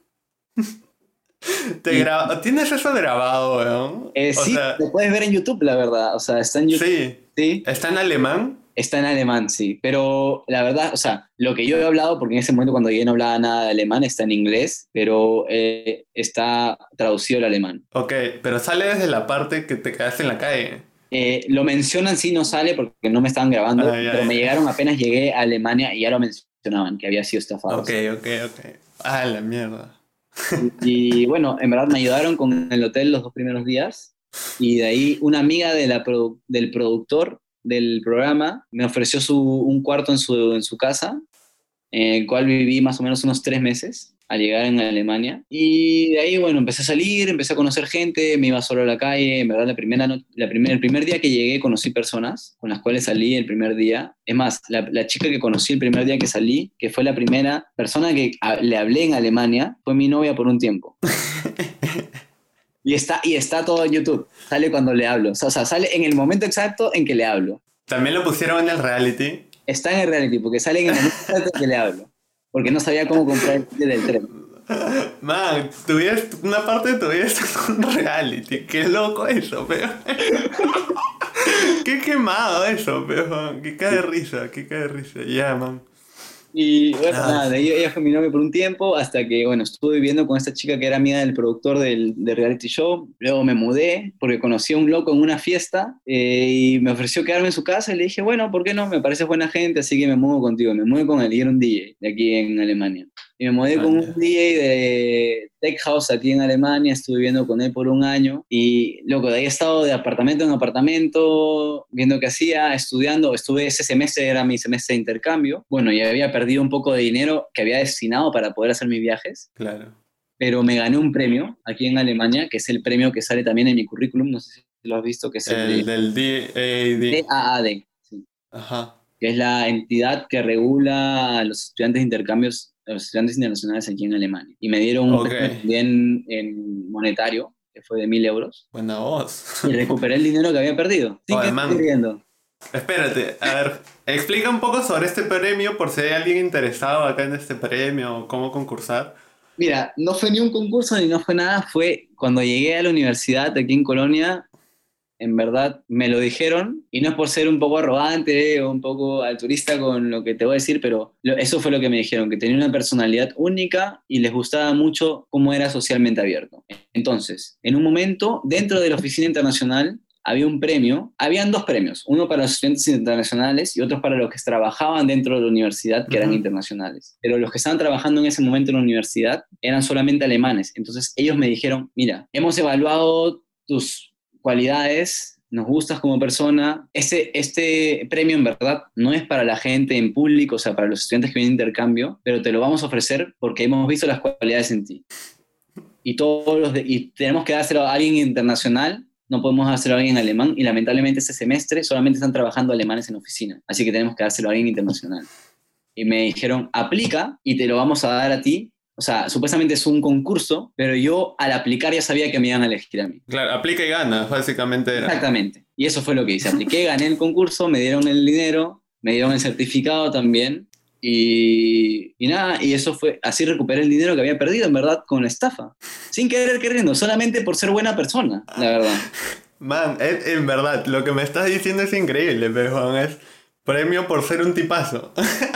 Y ¿Tienes eso grabado, weón? O sí, sea, lo puedes ver en YouTube, la verdad. O sea, está en YouTube, sí. sí. ¿Está en alemán? Está en alemán, sí. Pero la verdad, o sea, lo que yo he hablado, porque en ese momento cuando yo no hablaba nada de alemán, está en inglés, pero está traducido al alemán. Ok, pero sale desde la parte que te quedaste en la calle. Lo mencionan, sí, no sale porque no me estaban grabando, Ay, pero ay, me ay. llegaron apenas llegué a Alemania y ya lo mencionaron mencionaban que había sido estafado. Ok. Ah, la mierda. Y bueno, en verdad me ayudaron con el hotel los 2 primeros días y de ahí una amiga del productor del programa me ofreció un cuarto en su casa, en el cual viví más o menos unos 3 meses al llegar en Alemania. Y de ahí, bueno, empecé a salir, empecé a conocer gente, me iba solo a la calle. En verdad, el primer día que llegué conocí personas con las cuales salí el primer día. Es más, la chica que conocí el primer día que salí, que fue la primera persona que le hablé en Alemania, fue mi novia por un tiempo. Y está todo en YouTube. Sale cuando le hablo. O sea, sale en el momento exacto en que le hablo. También lo pusieron en el reality. Está en el reality, porque sale en el momento exacto en que le hablo. Porque no sabía cómo comprar el ticket del tren. Man, una parte de tu vida es un reality. Qué loco eso, pero. Qué quemado eso, pero. Qué cae de risa. Ya, man. Y bueno, nada, de ahí ella fue mi novia por un tiempo, hasta que, bueno, estuve viviendo con esta chica que era amiga del productor del reality show. Luego me mudé porque conocí a un loco en una fiesta y me ofreció quedarme en su casa y le dije, bueno, ¿por qué no? Me pareces buena gente, así que me mudo contigo. Me mudé con él y era un DJ de aquí en Alemania. Y me mudé con un DJ de Tech House aquí en Alemania, estuve viviendo con él por un año y, loco, de ahí he estado de apartamento en apartamento, viendo qué hacía, estudiando. Ese semestre era mi semestre de intercambio. Bueno, y había perdido un poco de dinero que había destinado para poder hacer mis viajes. Claro. Pero me gané un premio aquí en Alemania, que es el premio que sale también en mi currículum, no sé si lo has visto, que es El del DAAD. DAAD, sí, Ajá. que es la entidad que regula a los estudiantes de intercambios, a los estudiantes internacionales aquí en Alemania. Y me dieron un premio también en monetario, que fue de 1.000 euros. Buena voz. Y recuperé el dinero que había perdido. Sin que esté riendo. Espérate, a ver, explica un poco sobre este premio por si hay alguien interesado acá en este premio o cómo concursar. Mira, no fue ni un concurso ni no fue nada, fue cuando llegué a la universidad aquí en Colonia. En verdad me lo dijeron, y no es por ser un poco arrogante o un poco altruista con lo que te voy a decir, pero eso fue lo que me dijeron, que tenía una personalidad única y les gustaba mucho cómo era socialmente abierto. Entonces, en un momento, dentro de la oficina internacional, habían 2 premios, uno para los estudiantes internacionales y otros para los que trabajaban dentro de la universidad, que eran internacionales. Pero los que estaban trabajando en ese momento en la universidad eran solamente alemanes. Entonces ellos me dijeron, mira, hemos evaluado tus cualidades, nos gustas como persona. Este premio en verdad no es para la gente en público, o sea, para los estudiantes que vienen de intercambio, pero te lo vamos a ofrecer porque hemos visto las cualidades en ti. Y tenemos que dárselo a alguien internacional, no podemos dárselo a alguien alemán, y lamentablemente este semestre solamente están trabajando alemanes en oficina, así que tenemos que dárselo a alguien internacional. Y me dijeron, aplica y te lo vamos a dar a ti. O sea, supuestamente es un concurso, pero yo al aplicar ya sabía que me iban a elegir a mí. Claro, aplica y gana, básicamente era. Exactamente. Y eso fue lo que hice. Apliqué, gané el concurso, me dieron el dinero, me dieron el certificado también. Y nada, y eso fue, así recuperé el dinero que había perdido, en verdad, con la estafa. Sin querer queriendo, solamente por ser buena persona, la verdad. Man, en verdad, lo que me estás diciendo es increíble, pero es premio por ser un tipazo.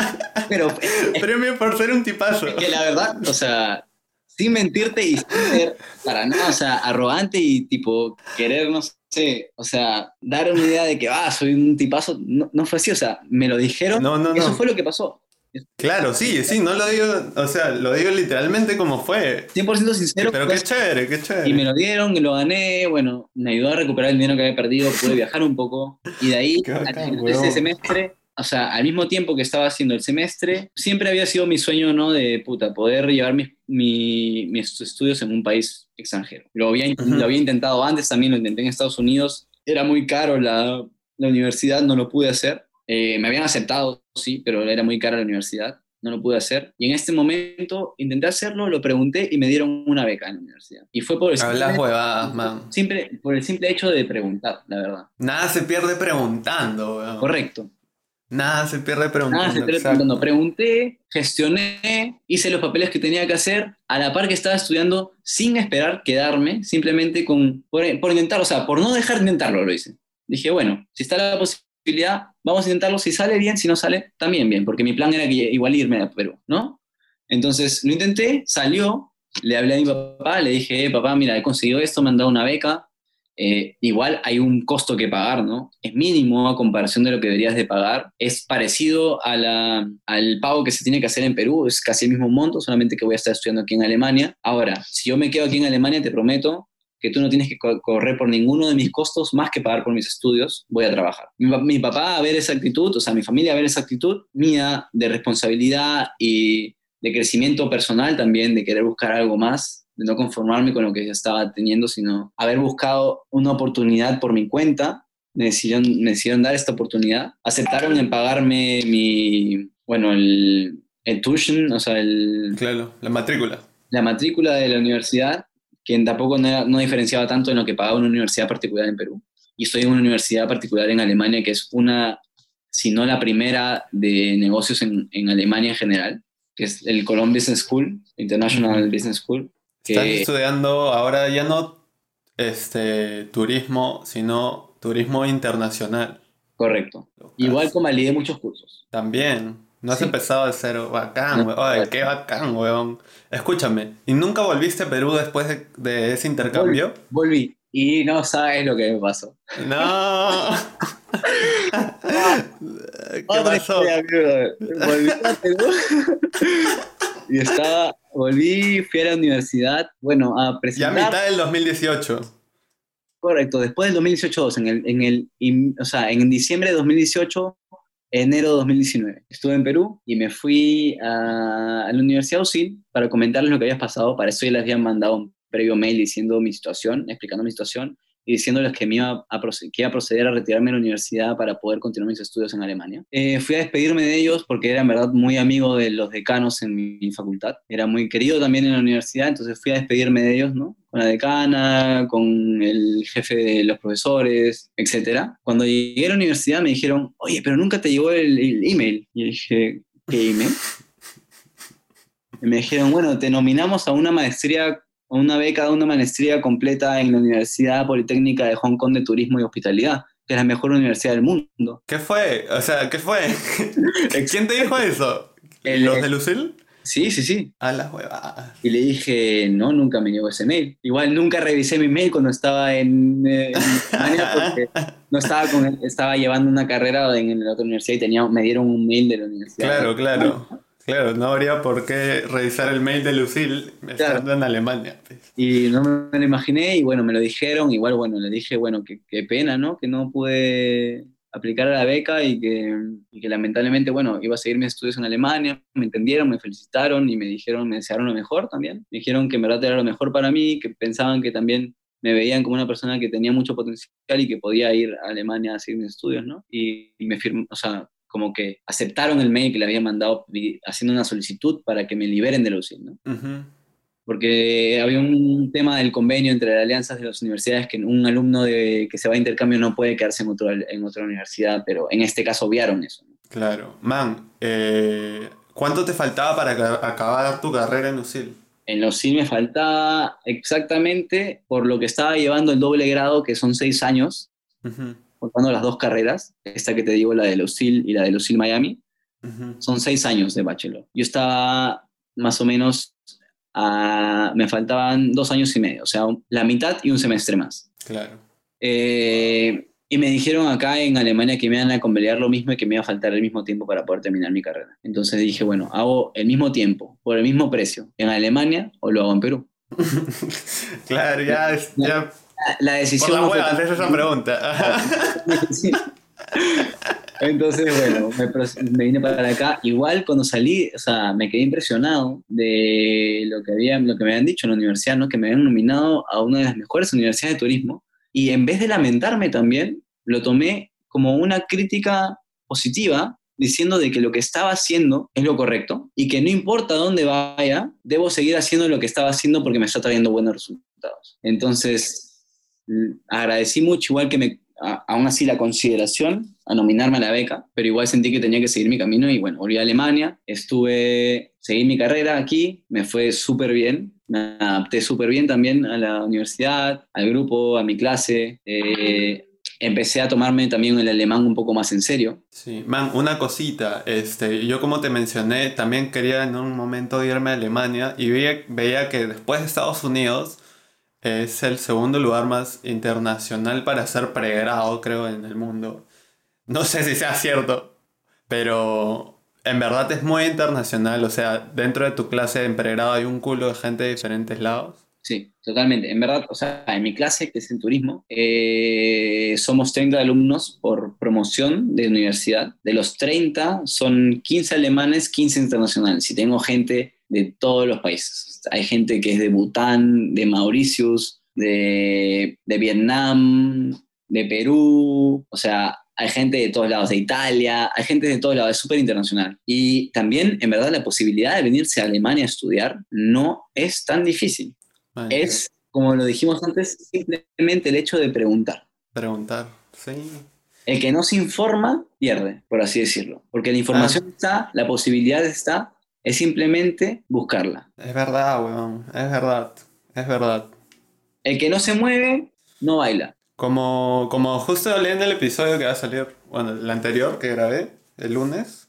Premio por ser un tipazo. Es que la verdad, o sea, sin mentirte y sin ser para nada, o sea, arrogante y tipo querer, no sé, o sea, dar una idea de que, soy un tipazo, no fue así, o sea, me lo dijeron, eso fue lo que pasó. Claro, sí, no lo digo, o sea, lo digo literalmente como fue. 100% sincero. Pero qué chévere. Y me lo dieron, lo gané, bueno, me ayudó a recuperar el dinero que había perdido, pude viajar un poco, y de ahí, ese semestre, o sea, al mismo tiempo que estaba haciendo el semestre, siempre había sido mi sueño, ¿no? De poder llevar mis estudios en un país extranjero. Lo había intentado antes, también lo intenté en Estados Unidos, era muy caro la universidad, no lo pude hacer. Me habían aceptado, sí, pero era muy cara la universidad, no lo pude hacer. Y en este momento intenté hacerlo, lo pregunté y me dieron una beca en la universidad. Y fue por el simple hecho de preguntar, la verdad. Nada se pierde preguntando, weón. Correcto. Nada se pierde preguntando. Cuando pregunté, gestioné, hice los papeles que tenía que hacer, a la par que estaba estudiando, sin esperar quedarme, simplemente por intentar, o sea, por no dejar de intentarlo lo hice. Dije, bueno, si está la posibilidad, vamos a intentarlo, si sale bien, si no sale, también bien, porque mi plan era que igual irme a Perú, ¿no? Entonces lo intenté, salió, le hablé a mi papá, le dije, papá, mira, he conseguido esto, me han dado una beca, igual hay un costo que pagar, ¿no? Es mínimo a comparación de lo que deberías de pagar. Es parecido al pago que se tiene que hacer en Perú, es casi el mismo monto, solamente que voy a estar estudiando aquí en Alemania. Ahora, si yo me quedo aquí en Alemania, te prometo que tú no tienes que correr por ninguno de mis costos más que pagar por mis estudios, voy a trabajar. Mi papá a ver esa actitud, o sea, mi familia a ver esa actitud mía de responsabilidad y de crecimiento personal también, de querer buscar algo más, de no conformarme con lo que ya estaba teniendo, sino haber buscado una oportunidad por mi cuenta, me decidieron dar esta oportunidad, aceptaron en pagarme el tuition, o sea, Claro, la matrícula. la matrícula de la universidad, que tampoco no diferenciaba tanto en lo que pagaba una universidad particular en Perú. Y estoy en una universidad particular en Alemania, que es una, si no la primera de negocios en Alemania en general, que es el Cologne Business School, International Ujú. Business School, Estás que estudiando ahora ya no turismo, sino turismo internacional. correcto. Igual Locazo. convalidé muchos cursos. También. No has Sí. empezado de cero. No, Bacán, weón. Ay, qué bacán, weón. Escúchame, ¿y nunca volviste a Perú después de ese intercambio? volví. Y no sabes lo que me pasó. No. ¿Qué Otra historia, pasó? amigo. Volví a Perú. Volví, fui a la universidad, bueno, a Ya a presentar, mitad del 2018. correcto, después del 2018, o sea, en diciembre de 2018, enero de 2019. Estuve en Perú y me fui a la Universidad USIL para comentarles lo que había pasado. Para eso ya les habían mandado un previo mail diciendo mi situación, explicando mi situación y diciéndoles que que iba a proceder a retirarme de la universidad para poder continuar mis estudios en Alemania. Fui a despedirme de ellos porque era en verdad muy amigo de los decanos en mi facultad. Era muy querido también en la universidad, entonces fui a despedirme de ellos, ¿no? Con la decana, con el jefe de los profesores, etcétera. Cuando llegué a la universidad me dijeron, oye, pero nunca te llegó el email. Y yo dije, ¿qué email? Y me dijeron, bueno, te nominamos a una maestría, a una beca de una maestría completa en la Universidad Politécnica de Hong Kong de Turismo y Hospitalidad, que es la mejor universidad del mundo. ¿Qué fue? O sea, ¿qué fue? ¿Quién te dijo eso? El- ¿Los el- de Lucil? sí, sí, sí. A las huevadas. Y le dije, no, nunca me llegó ese mail. Igual nunca revisé mi mail cuando estaba en Alemania porque no estaba estaba llevando una carrera en la otra universidad y me dieron un mail de la universidad de Claro, Alemania. claro. Claro, no habría por qué revisar el mail de Lucil Claro. estando en Alemania, pues. Y no me lo imaginé y bueno, me lo dijeron. Igual, bueno, le dije, bueno, qué pena, ¿no? Que no pude aplicar a la beca y que lamentablemente, bueno, iba a seguir mis estudios en Alemania. Me entendieron, me felicitaron y me dijeron, me desearon lo mejor también. Me dijeron que en verdad era lo mejor para mí, que pensaban que también me veían como una persona que tenía mucho potencial y que podía ir a Alemania a seguir mis estudios, ¿no? Y me firmó, o sea, como que aceptaron el mail que le había mandado haciendo una solicitud para que me liberen de la UCI, ¿no? Ujú. Porque había un tema del convenio entre las alianzas de las universidades que un alumno que se va a intercambio no puede quedarse en otra universidad, pero en este caso obviaron eso, ¿no? Claro. Man, ¿cuánto te faltaba para acabar tu carrera en Lucil? En los CIL me faltaba exactamente por lo que estaba llevando el doble grado, que son 6 años, Ujú, contando las dos carreras, esta que te digo, la de Lucil y la de Lucil Miami, ujú. son 6 años de bachelor. Yo estaba más o menos, me faltaban 2 años y medio, o sea, la mitad y un semestre más. Claro. Y me dijeron acá en Alemania que me iban a convalidar lo mismo y que me iba a faltar el mismo tiempo para poder terminar mi carrera. Entonces dije, bueno, hago el mismo tiempo, por el mismo precio, en Alemania o lo hago en Perú. Claro, La, ya la por decisión las no fue huevas tan es esa pregunta. difícil. Entonces, bueno, me vine para acá. Igual cuando salí, o sea, me quedé impresionado de lo que me habían dicho en la universidad, ¿no? Que me habían nominado a una de las mejores universidades de turismo. Y en vez de lamentarme también, lo tomé como una crítica positiva, diciendo de que lo que estaba haciendo es lo correcto y que no importa dónde vaya, debo seguir haciendo lo que estaba haciendo porque me está trayendo buenos resultados. Entonces, agradecí mucho, igual que aún así la consideración a nominarme a la beca, pero igual sentí que tenía que seguir mi camino y bueno, volví a Alemania, seguí mi carrera aquí, me fue súper bien, me adapté súper bien también a la universidad, al grupo, a mi clase, empecé a tomarme también el alemán un poco más en serio. Sí, man, una cosita, yo como te mencioné, también quería en un momento irme a Alemania y veía que después de Estados Unidos, Es el segundo lugar más internacional para hacer pregrado, creo, en el mundo. No sé si sea cierto, pero en verdad es muy internacional. O sea, dentro de tu clase en pregrado hay un culo de gente de diferentes lados. Sí, totalmente. En verdad, o sea, en mi clase, que es en turismo, somos 30 alumnos por promoción de universidad. De los 30 son 15 alemanes, 15 internacionales. Y tengo gente de todos los países. Hay gente que es de Bután, de Mauritius, de Vietnam, de Perú. O sea, hay gente de todos lados, de Italia, hay gente de todos lados, es súper internacional. Y también, en verdad, la posibilidad de venirse a Alemania a estudiar no es tan difícil. Man, ya. Es, como lo dijimos antes, simplemente el hecho de preguntar. Preguntar, sí. El que no se informa, pierde, por así decirlo. Porque la Ah, información está, la posibilidad está, es simplemente buscarla. es verdad, weón. Es verdad. Es verdad. El que no se mueve, no baila. Como justo leí en el episodio que va a salir, bueno, el anterior que grabé, el lunes,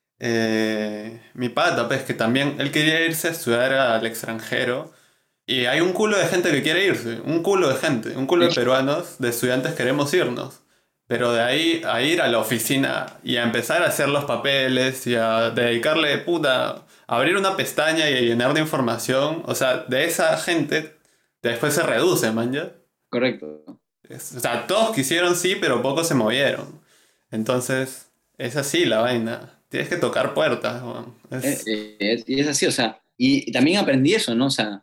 mi pata, pues que también él quería irse a estudiar al extranjero y hay un culo de gente que quiere irse, un culo de gente, un culo de peruanos, de estudiantes queremos irnos, pero de ahí a ir a la oficina y a empezar a hacer los papeles y a dedicarle puta, a abrir una pestaña y a llenar de información, o sea, de esa gente después se reduce, man, ¿ya? Correcto. O sea, todos quisieron sí, pero pocos se movieron. Entonces, es así la vaina. Tienes que tocar puertas, weón. Y es así, o sea, y también aprendí eso, ¿no? O sea,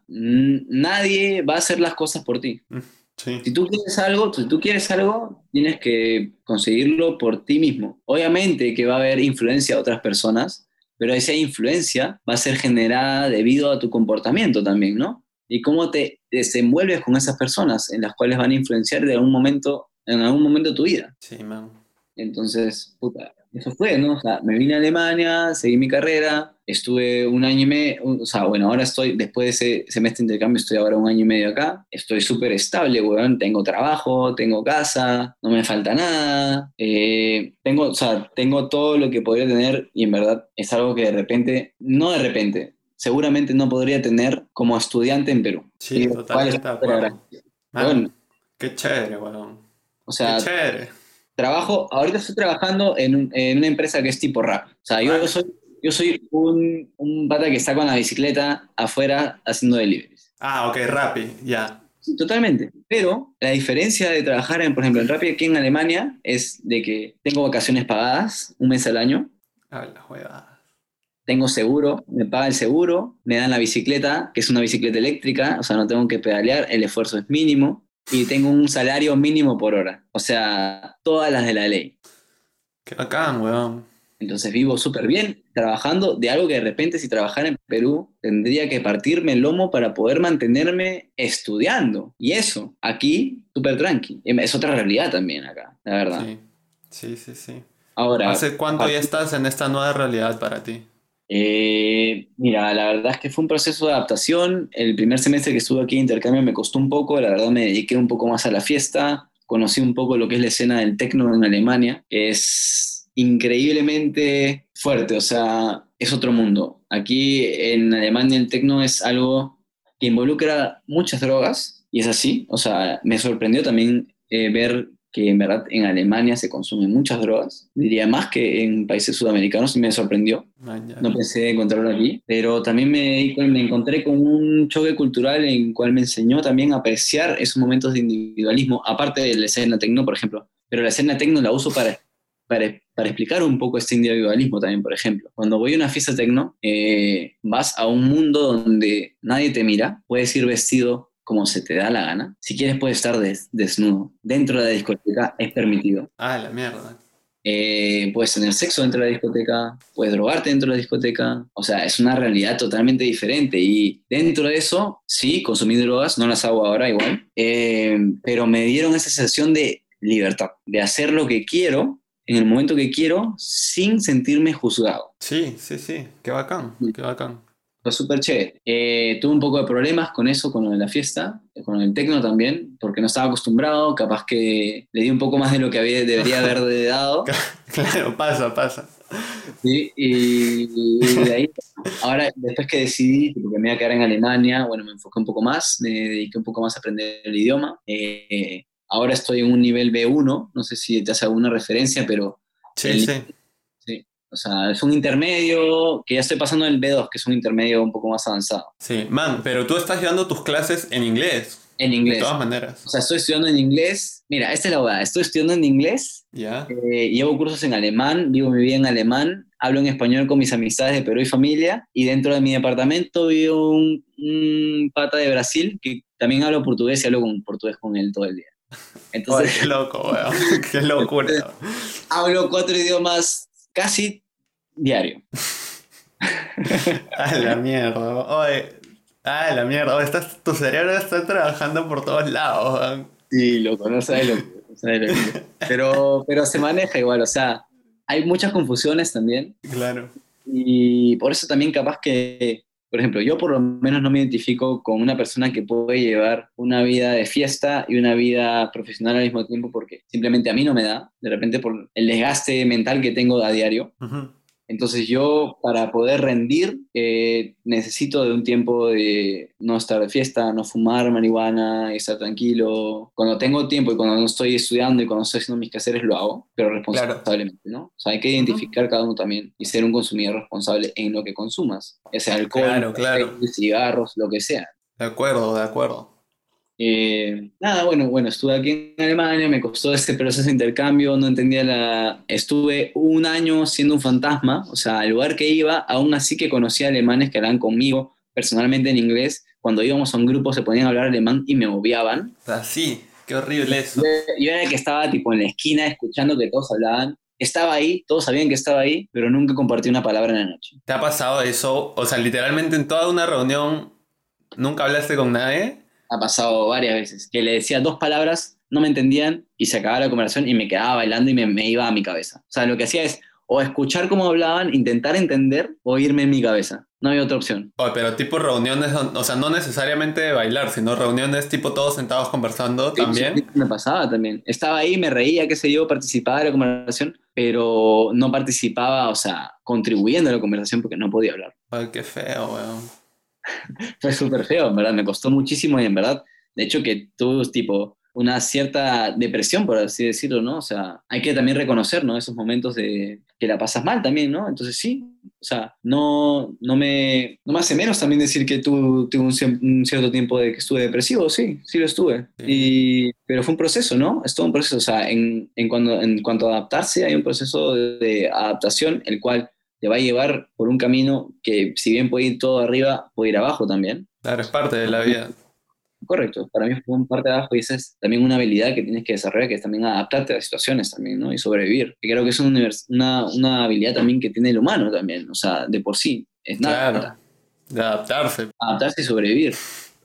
nadie va a hacer las cosas por ti. Sí, Si tú quieres algo, tienes que conseguirlo por ti mismo. Obviamente que va a haber influencia de otras personas, pero esa influencia va a ser generada debido a tu comportamiento también, ¿no? Y cómo te desenvuelves con esas personas en las cuales van a influenciar en algún momento de tu vida. sí, man. Entonces, puta, eso fue, ¿no? O sea, me vine a Alemania, seguí mi carrera, estuve un año y medio, o sea, bueno, ahora estoy, después de ese semestre de intercambio, estoy ahora un año y medio acá, estoy súper estable, weón, tengo trabajo, tengo casa, no me falta nada, o sea, tengo todo lo que podría tener y en verdad es algo que de repente, no de repente, seguramente no podría tener como estudiante en Perú. Sí, Y lo cual es totalmente de súper acuerdo. agradecido. Man, Bueno, qué chévere, weón. o Qué sea, chévere. ahorita estoy trabajando en una empresa que es tipo rap. O sea, yo Rap. soy, yo soy un pata que está con la bicicleta afuera haciendo deliveries. Ah, ok, Rappi, ya. Sí, totalmente. Pero la diferencia de trabajar por ejemplo, en Rappi aquí en Alemania es de que tengo vacaciones pagadas un mes al año, A la huevada. tengo seguro, me paga el seguro, me dan la bicicleta, que es una bicicleta eléctrica, o sea, no tengo que pedalear, el esfuerzo es mínimo y tengo un salario mínimo por hora. O sea, todas las de la ley. Qué bacán, weón. Entonces vivo súper bien trabajando de algo que de repente si trabajara en Perú tendría que partirme el lomo para poder mantenerme estudiando. Y eso, aquí, súper tranqui. Es otra realidad también acá, la verdad. Sí, sí, sí, sí. Ahora, ¿Hace cuánto ya estás en esta nueva realidad para ti? mira, la verdad es que fue un proceso de adaptación. El primer semestre que estuve aquí de intercambio me costó un poco, la verdad me dediqué un poco más a la fiesta, conocí un poco lo que es la escena del techno en Alemania, que es increíblemente fuerte, o sea, es otro mundo. Aquí en Alemania el techno es algo que involucra muchas drogas, y es así, o sea, me sorprendió también ver que en verdad en Alemania se consumen muchas drogas, diría más que en países sudamericanos, y me sorprendió. Man, ya. No pensé encontrarlo aquí, pero también me encontré con un choque cultural en el cual me enseñó también a apreciar esos momentos de individualismo, aparte de la escena tecno, por ejemplo. Pero la escena tecno la uso para explicar un poco este individualismo también, por ejemplo. Cuando voy a una fiesta tecno, vas a un mundo donde nadie te mira, puedes ir vestido como se te da la gana. Si quieres, puedes estar desnudo. Dentro de la discoteca es permitido. Ah, la mierda. Puedes tener sexo dentro de la discoteca, puedes drogarte dentro de la discoteca, o sea, es una realidad totalmente diferente y dentro de eso, sí, consumí drogas, no las hago ahora igual, pero me dieron esa sensación de libertad, de hacer lo que quiero en el momento que quiero sin sentirme juzgado. Sí, sí, sí. Qué bacán, qué bacán. Fue súper chévere. Tuve un poco de problemas con eso, con lo de la fiesta, con el tecno también, porque no estaba acostumbrado, capaz que le di un poco más de lo que debería haber dado. Claro, pasa, pasa. Sí, y de ahí, ahora después que decidí tipo, que me iba a quedar en Alemania, bueno, me enfoqué un poco más, me dediqué un poco más a aprender el idioma. Ahora estoy en un nivel B1, no sé si te hace alguna referencia, pero Sí, el, sí, sí, o sea, es un intermedio, que ya estoy pasando el B2, que es un intermedio un poco más avanzado, sí. Man, pero tú estás llevando tus clases en inglés, en de inglés. todas O maneras. sea, estoy estudiando en inglés. Mira, esta es la verdad. Estoy estudiando en inglés, ¿Ya? llevo cursos en alemán, vivo mi vida en alemán, hablo en español con mis amistades de Perú y familia, y dentro de mi departamento vive un pata de Brasil que también habla portugués y hablo con portugués con él todo el día. Ay, Entonces, qué loco, weón. Qué locura. hablo 4 idiomas casi diario. A la mierda. Oye, a la mierda. Oye, tu cerebro está trabajando por todos lados, weón. Sí, loco, no sabes lo que es, no sabes lo que es. Pero se maneja igual, o sea, hay muchas confusiones también. Claro. Y por eso también capaz que, por ejemplo, yo por lo menos no me identifico con una persona que puede llevar una vida de fiesta y una vida profesional al mismo tiempo porque simplemente a mí no me da, de repente por el desgaste mental que tengo a diario. Ujú. Entonces yo para poder rendir necesito de un tiempo de no estar de fiesta, no fumar marihuana, estar tranquilo. Cuando tengo tiempo y cuando no estoy estudiando y cuando estoy haciendo mis quehaceres lo hago, pero Claro. responsablemente, ¿no? O sea, hay que Ujú. identificar cada uno también y ser un consumidor responsable en lo que consumas, ya sea alcohol, Claro, café, claro. cigarros, lo que sea. De acuerdo, de acuerdo. Nada, bueno, estuve aquí en Alemania, me costó este proceso de intercambio, no entendía Estuve un año siendo un fantasma, o sea, al lugar que iba, aún así que conocía alemanes que hablaban conmigo personalmente en inglés, cuando íbamos a un grupo se ponían a hablar alemán y me obviaban. Así, qué horrible Yo, eso. yo era el que estaba tipo en la esquina escuchando que todos hablaban, estaba ahí, todos sabían que estaba ahí, pero nunca compartí una palabra en la noche. ¿Te ha pasado eso? O sea, literalmente en toda una reunión nunca hablaste con nadie. Ha pasado varias veces, que le decía 2 palabras, no me entendían y se acababa la conversación y me quedaba bailando y me iba a mi cabeza. O sea, lo que hacía es o escuchar cómo hablaban, intentar entender o irme en mi cabeza. No había otra opción. Oye, pero tipo reuniones, o sea, no necesariamente de bailar, sino reuniones tipo todos sentados conversando Sí, sí, sí, también. me pasaba también. Estaba ahí, me reía, qué sé yo, participaba de la conversación, pero no participaba, o sea, contribuyendo a la conversación porque no podía hablar. Ay, qué feo, weón. Fue súper feo, en verdad, me costó muchísimo y en verdad, de hecho que tuve tipo una cierta depresión, por así decirlo, ¿no? O sea, hay que también reconocer, ¿no? Esos momentos de que la pasas mal también, ¿no? Entonces sí, o sea, no me hace menos también decir que tuve un cierto tiempo de que estuve depresivo, sí, sí lo estuve. Sí, Pero fue un proceso, ¿no? Es todo un proceso, o sea, en cuanto a adaptarse, hay un proceso de adaptación, el cual te va a llevar por un camino que si bien puede ir todo arriba, puede ir abajo también. claro, es parte de la vida. Correcto, para mí fue un parte de abajo y esa es también una habilidad que tienes que desarrollar, que es también adaptarte a las situaciones también, ¿no? Y sobrevivir. Que creo que es una habilidad también que tiene el humano también, o sea, de por sí, es Claro, nada, de adaptarse. adaptarse y sobrevivir.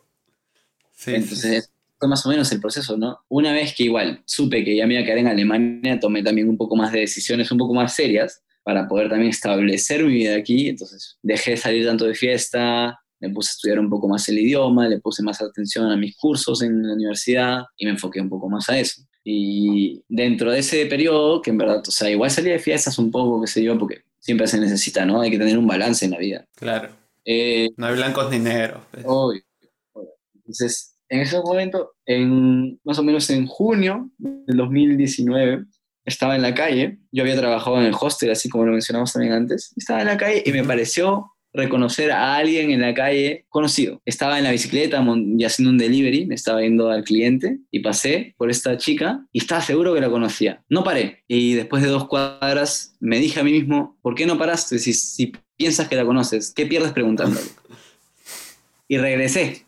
Sí, sí, sí. Entonces, fue más o menos el proceso, ¿no? Una vez que igual supe que ya me iba a quedar en Alemania, tomé también un poco más de decisiones un poco más serias para poder también establecer mi vida aquí. Entonces, dejé de salir tanto de fiesta, me puse a estudiar un poco más el idioma, le puse más atención a mis cursos en la universidad y me enfoqué un poco más a eso. Y dentro de ese periodo, que en verdad, o sea, igual salí de fiestas un poco, qué sé yo, porque siempre se necesita, ¿no? Hay que tener un balance en la vida. Claro. Eh, No hay blancos ni negros, pues. Obvio. Obvio. Entonces, en ese momento, más o menos en junio del 2019, estaba en la calle. Yo había trabajado en el hostel, así como lo mencionamos también antes. Estaba en la calle y me Ujú. pareció reconocer a alguien en la calle conocido. Estaba en la bicicleta y haciendo un delivery, me estaba yendo al cliente y pasé por esta chica y estaba seguro que la conocía. No paré y después de 2 cuadras me dije a mí mismo, ¿por qué no paraste? Si piensas que la conoces, ¿qué pierdes preguntándole? Y regresé.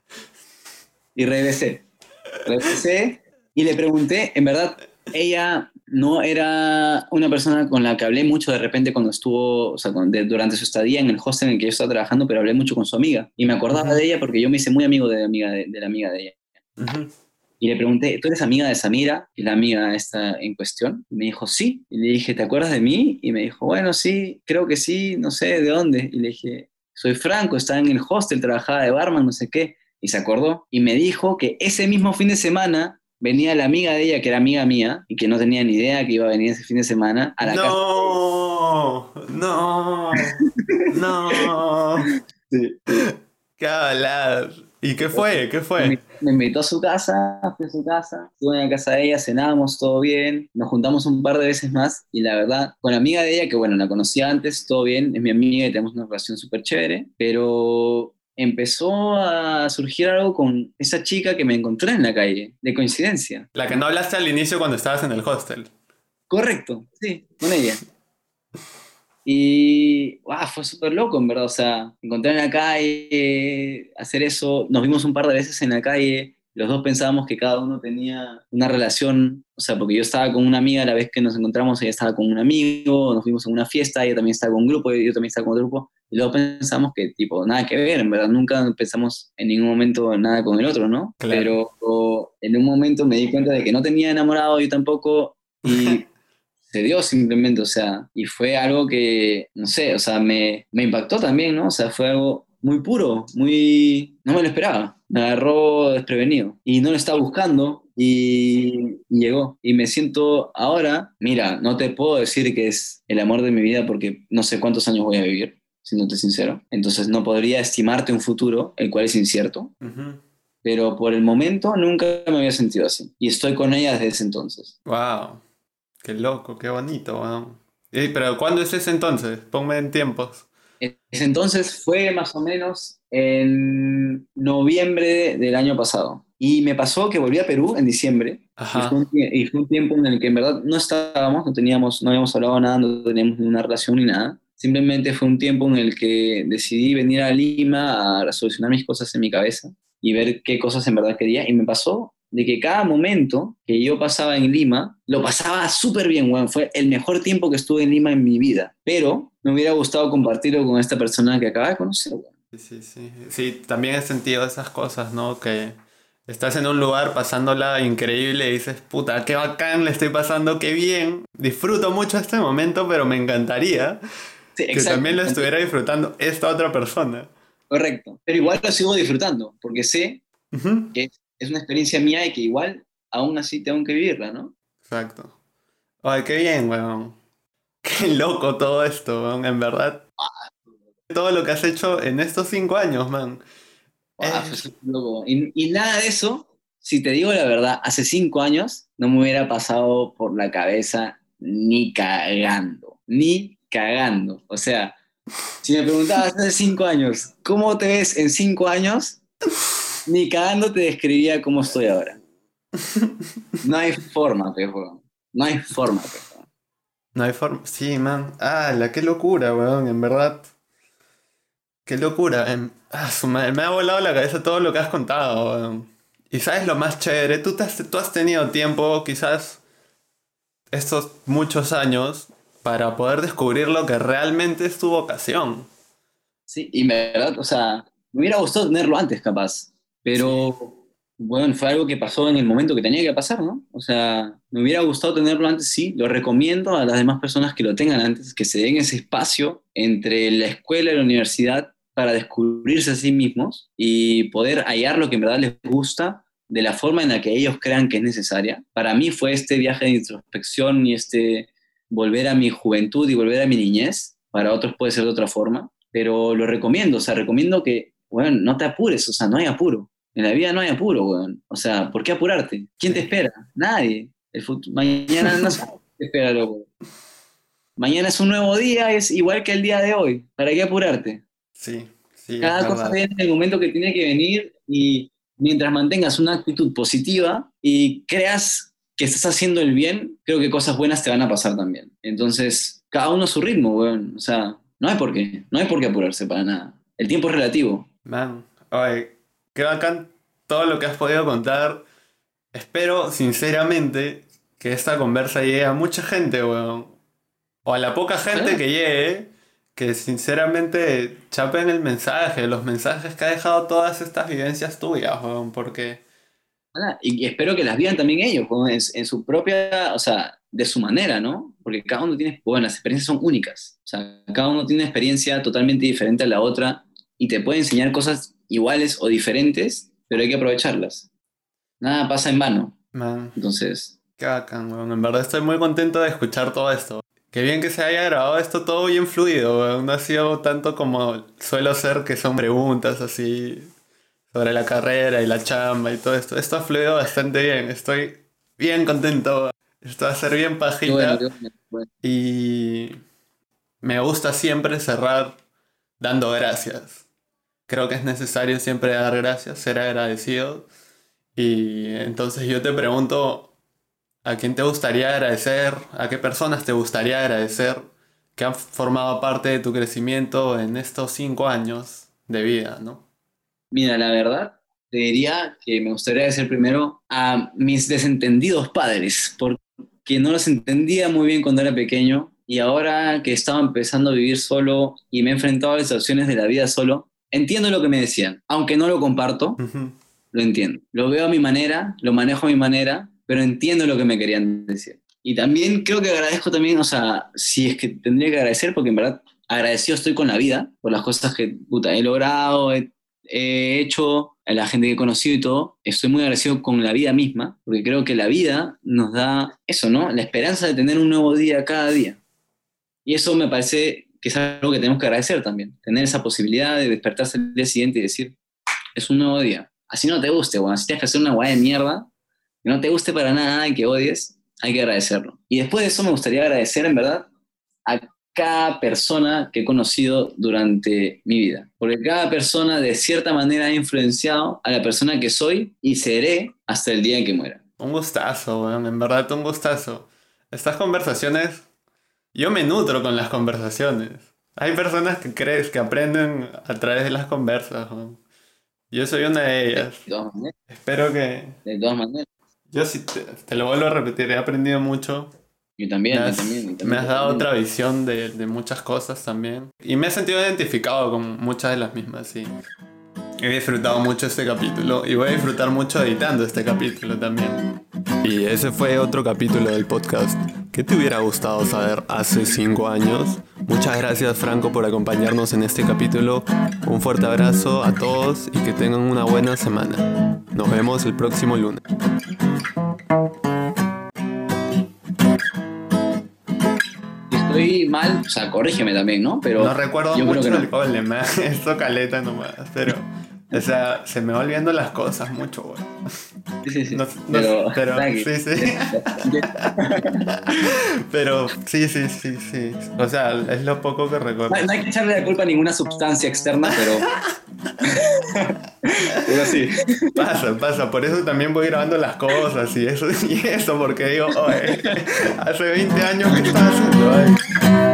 Y regresé. Regresé y le pregunté, en verdad, ella no era una persona con la que hablé mucho de repente cuando estuvo, o sea, durante su estadía en el hostel en el que yo estaba trabajando, pero hablé mucho con su amiga. Y me acordaba Ujú. de ella porque yo me hice muy amigo de la amiga de ella. Ujú. Y le pregunté, ¿tú eres amiga de Samira? Y la amiga esta en cuestión. Y me dijo, sí. Y le dije, ¿te acuerdas de mí? Y me dijo, bueno, sí, creo que sí, no sé de dónde. Y le dije, soy Franco, estaba en el hostel, trabajaba de barman, no sé qué. Y se acordó. Y me dijo que ese mismo fin de semana venía la amiga de ella, que era amiga mía, y que no tenía ni idea que iba a venir ese fin de semana, a la casa. No, no, no. Sí, sí. ¿Qué hablar? ¿Y qué fue? ¿Qué fue? Me invitó a su casa, fui a su casa, estuve en la casa de ella, cenábamos, todo bien, nos juntamos un par de veces más y la verdad, con la amiga de ella, que bueno, la conocía antes, todo bien, es mi amiga y tenemos una relación súper chévere, pero empezó a surgir algo con esa chica que me encontré en la calle, de coincidencia, La que ¿no? no hablaste al inicio cuando estabas en el hostel. Correcto, sí, con ella. Y fue súper loco, en verdad. O sea, encontrar en la calle, hacer eso. Nos vimos un par de veces en la calle. Los dos pensábamos que cada uno tenía una relación. O sea, porque yo estaba con una amiga a la vez que nos encontramos, ella estaba con un amigo, nos fuimos a una fiesta, ella también estaba con un grupo, y yo también estaba con otro grupo. Y luego pensamos que, tipo, nada que ver, en verdad. Nunca pensamos en ningún momento nada con el otro, ¿no? Claro. Pero en un momento me di cuenta de que no tenía enamorado, yo tampoco. Y se dio simplemente, o sea, y fue algo que, no sé, o sea, me impactó también, ¿no? O sea, fue algo muy puro, muy... No me lo esperaba, me agarró desprevenido y no lo estaba buscando y llegó. Y me siento ahora, mira, no te puedo decir que es el amor de mi vida porque no sé cuántos años voy a vivir, siéndote sincero. Entonces no podría estimarte un futuro, el cual es incierto. Pero por el momento nunca me había sentido así. Y estoy con ella desde ese entonces. Wow. Qué loco, qué bonito, weón. Pero ¿cuándo es ese entonces? Ponme en tiempos. Ese entonces fue más o menos en noviembre del año pasado. Y me pasó que volví a Perú en diciembre Ajá. y fue un tiempo en el que en verdad no estábamos, no teníamos, no habíamos hablado nada, no teníamos ninguna relación ni nada. Simplemente fue un tiempo en el que decidí venir a Lima a solucionar mis cosas en mi cabeza y ver qué cosas en verdad quería. Y me pasó de que cada momento que yo pasaba en Lima, lo pasaba súper bien, weón. Fue el mejor tiempo que estuve en Lima en mi vida. Pero me hubiera gustado compartirlo con esta persona que acaba de conocer, weón. Sí, sí, sí. Sí, también he sentido esas cosas, ¿no? Que estás en un lugar pasándola increíble y dices, puta, qué bacán, le estoy pasando, qué bien. Disfruto mucho este momento, pero me encantaría Sí, que exacto. también lo estuviera disfrutando esta otra persona. Correcto. Pero igual lo sigo disfrutando, porque sé Ujú. que es una experiencia mía y que igual aún así tengo que vivirla, ¿no? Exacto. Ay, qué bien, weón. Qué loco todo esto, weón, en verdad. Todo lo que has hecho en estos 5 años, man. Fue Es... súper loco. Y nada de eso, si te digo la verdad, hace 5 años no me hubiera pasado por la cabeza ni cagando, ni cagando. O sea, si me preguntabas hace 5 años, ¿cómo te ves en 5 años? Ni cagando te describía cómo estoy ahora. No hay forma, pejo. No hay forma, pejo. No hay forma. Sí, man. Ah, qué locura, weón, en verdad. Qué locura. Su madre, me ha volado la cabeza todo lo que has contado, weón. Y sabes lo más chévere, tú has tenido tiempo, quizás estos muchos años, para poder descubrir lo que realmente es tu vocación. Sí, y me verdad, o sea, me hubiera gustado tenerlo antes, capaz, Sí. pero bueno, fue algo que pasó en el momento que tenía que pasar, ¿no? O sea, me hubiera gustado tenerlo antes, sí, lo recomiendo a las demás personas que lo tengan antes, que se den ese espacio entre la escuela y la universidad para descubrirse a sí mismos y poder hallar lo que en verdad les gusta de la forma en la que ellos crean que es necesaria. Para mí fue este viaje de introspección y este volver a mi juventud y volver a mi niñez, para otros puede ser de otra forma, pero lo recomiendo, o sea, recomiendo que, bueno, no te apures, o sea, no hay apuro. En la vida no hay apuro, weón. O sea, ¿por qué apurarte? ¿Quién te Sí. espera? Nadie. Mañana no sabes qué te espera, loco. Mañana es un nuevo día, es igual que el día de hoy. ¿Para qué apurarte? Sí, sí, es Cada cosa verdad. viene en el momento que tiene que venir y mientras mantengas una actitud positiva y creas que estás haciendo el bien, creo que cosas buenas te van a pasar también. Entonces, cada uno a su ritmo, weón. O sea, no hay por qué apurarse para nada. El tiempo es relativo. Man, ay, qué bacán todo lo que has podido contar. Espero, sinceramente, que esta conversa llegue a mucha gente, weón. O a la poca gente Ojalá. que llegue, que sinceramente chapen el mensaje, los mensajes que ha dejado todas estas vivencias tuyas, weón, porque... Ojalá. Y espero que las vivan también ellos, weón, en su propia, o sea, de su manera, ¿no? Porque cada uno tiene, bueno, las experiencias son únicas. O sea, cada uno tiene una experiencia totalmente diferente a la otra y te puede enseñar cosas iguales o diferentes, pero hay que aprovecharlas. Nada pasa en vano. Man, Entonces, qué bacán, weón. En verdad estoy muy contento de escuchar todo esto. Qué bien que se haya grabado esto todo bien fluido, weón. No ha sido tanto como suelo ser, que son preguntas así sobre la carrera y la chamba y todo esto. Esto ha fluido bastante bien. Estoy bien contento, weón. Esto va a ser bien qué bueno, pajita. qué bueno. Bueno, Y me gusta siempre cerrar dando gracias. Creo que es necesario siempre dar gracias, ser agradecido. Y entonces yo te pregunto, ¿a quién te gustaría agradecer? ¿A qué personas te gustaría agradecer que han formado parte de tu crecimiento en estos 5 años de vida, ¿no? mira, la verdad, te diría que me gustaría decir primero a mis desentendidos padres, porque no los entendía muy bien cuando era pequeño y ahora que estaba empezando a vivir solo y me he enfrentado a las situaciones de la vida solo, entiendo lo que me decían, aunque no lo comparto, Ujú. lo entiendo. Lo veo a mi manera, lo manejo a mi manera, pero entiendo lo que me querían decir. Y también creo que agradezco también, o sea, si es que tendría que agradecer, porque en verdad agradecido estoy con la vida por las cosas que puta, he logrado, he hecho, a la gente que he conocido y todo. Estoy muy agradecido con la vida misma, porque creo que la vida nos da eso, ¿no? La esperanza de tener un nuevo día cada día. Y eso me parece que es algo que tenemos que agradecer también, tener esa posibilidad de despertarse el día siguiente y decir, es un nuevo día. Así no te guste, bueno, así tienes que hacer una guay de mierda, que no te guste para nada y que odies, hay que agradecerlo. Y después de eso me gustaría agradecer, en verdad, a cada persona que he conocido durante mi vida. Porque cada persona de cierta manera ha influenciado a la persona que soy y seré hasta el día en que muera. Un gustazo, weón, en verdad un gustazo. Estas conversaciones, yo me nutro con las conversaciones. Hay personas que crees que aprenden a través de las conversas, weón. Yo soy una de De ellas. todas maneras, Espero que... de todas maneras. Yo sí te lo vuelvo a repetir, he aprendido mucho. Yo Me también, yo has, también, yo me también. has dado otra visión de muchas cosas también. Y me he sentido identificado con muchas de las mismas, sí. He disfrutado mucho este capítulo y voy a disfrutar mucho editando este capítulo también. Y ese fue otro capítulo del podcast. ¿Qué te hubiera gustado saber hace 5 años? Muchas gracias, Franco, por acompañarnos en este capítulo. Un fuerte abrazo a todos y que tengan una buena semana. Nos vemos el próximo lunes. Si estoy mal, o sea, corrígeme también, ¿no? Pero No recuerdo yo creo mucho que no. el gol, esto caleta nomás, pero... O sea, se me va olvidando las cosas mucho, güey. Sí, sí, sí. No, pero tranqui. sí, sí. Pero sí, sí, sí, sí. O sea, es lo poco que recuerdo. No hay que echarle la culpa a ninguna sustancia externa, pero. Pero sí. Pasa. Por eso también voy grabando las cosas y eso, porque digo, oye, hace 20 años que estaba haciendo, ay.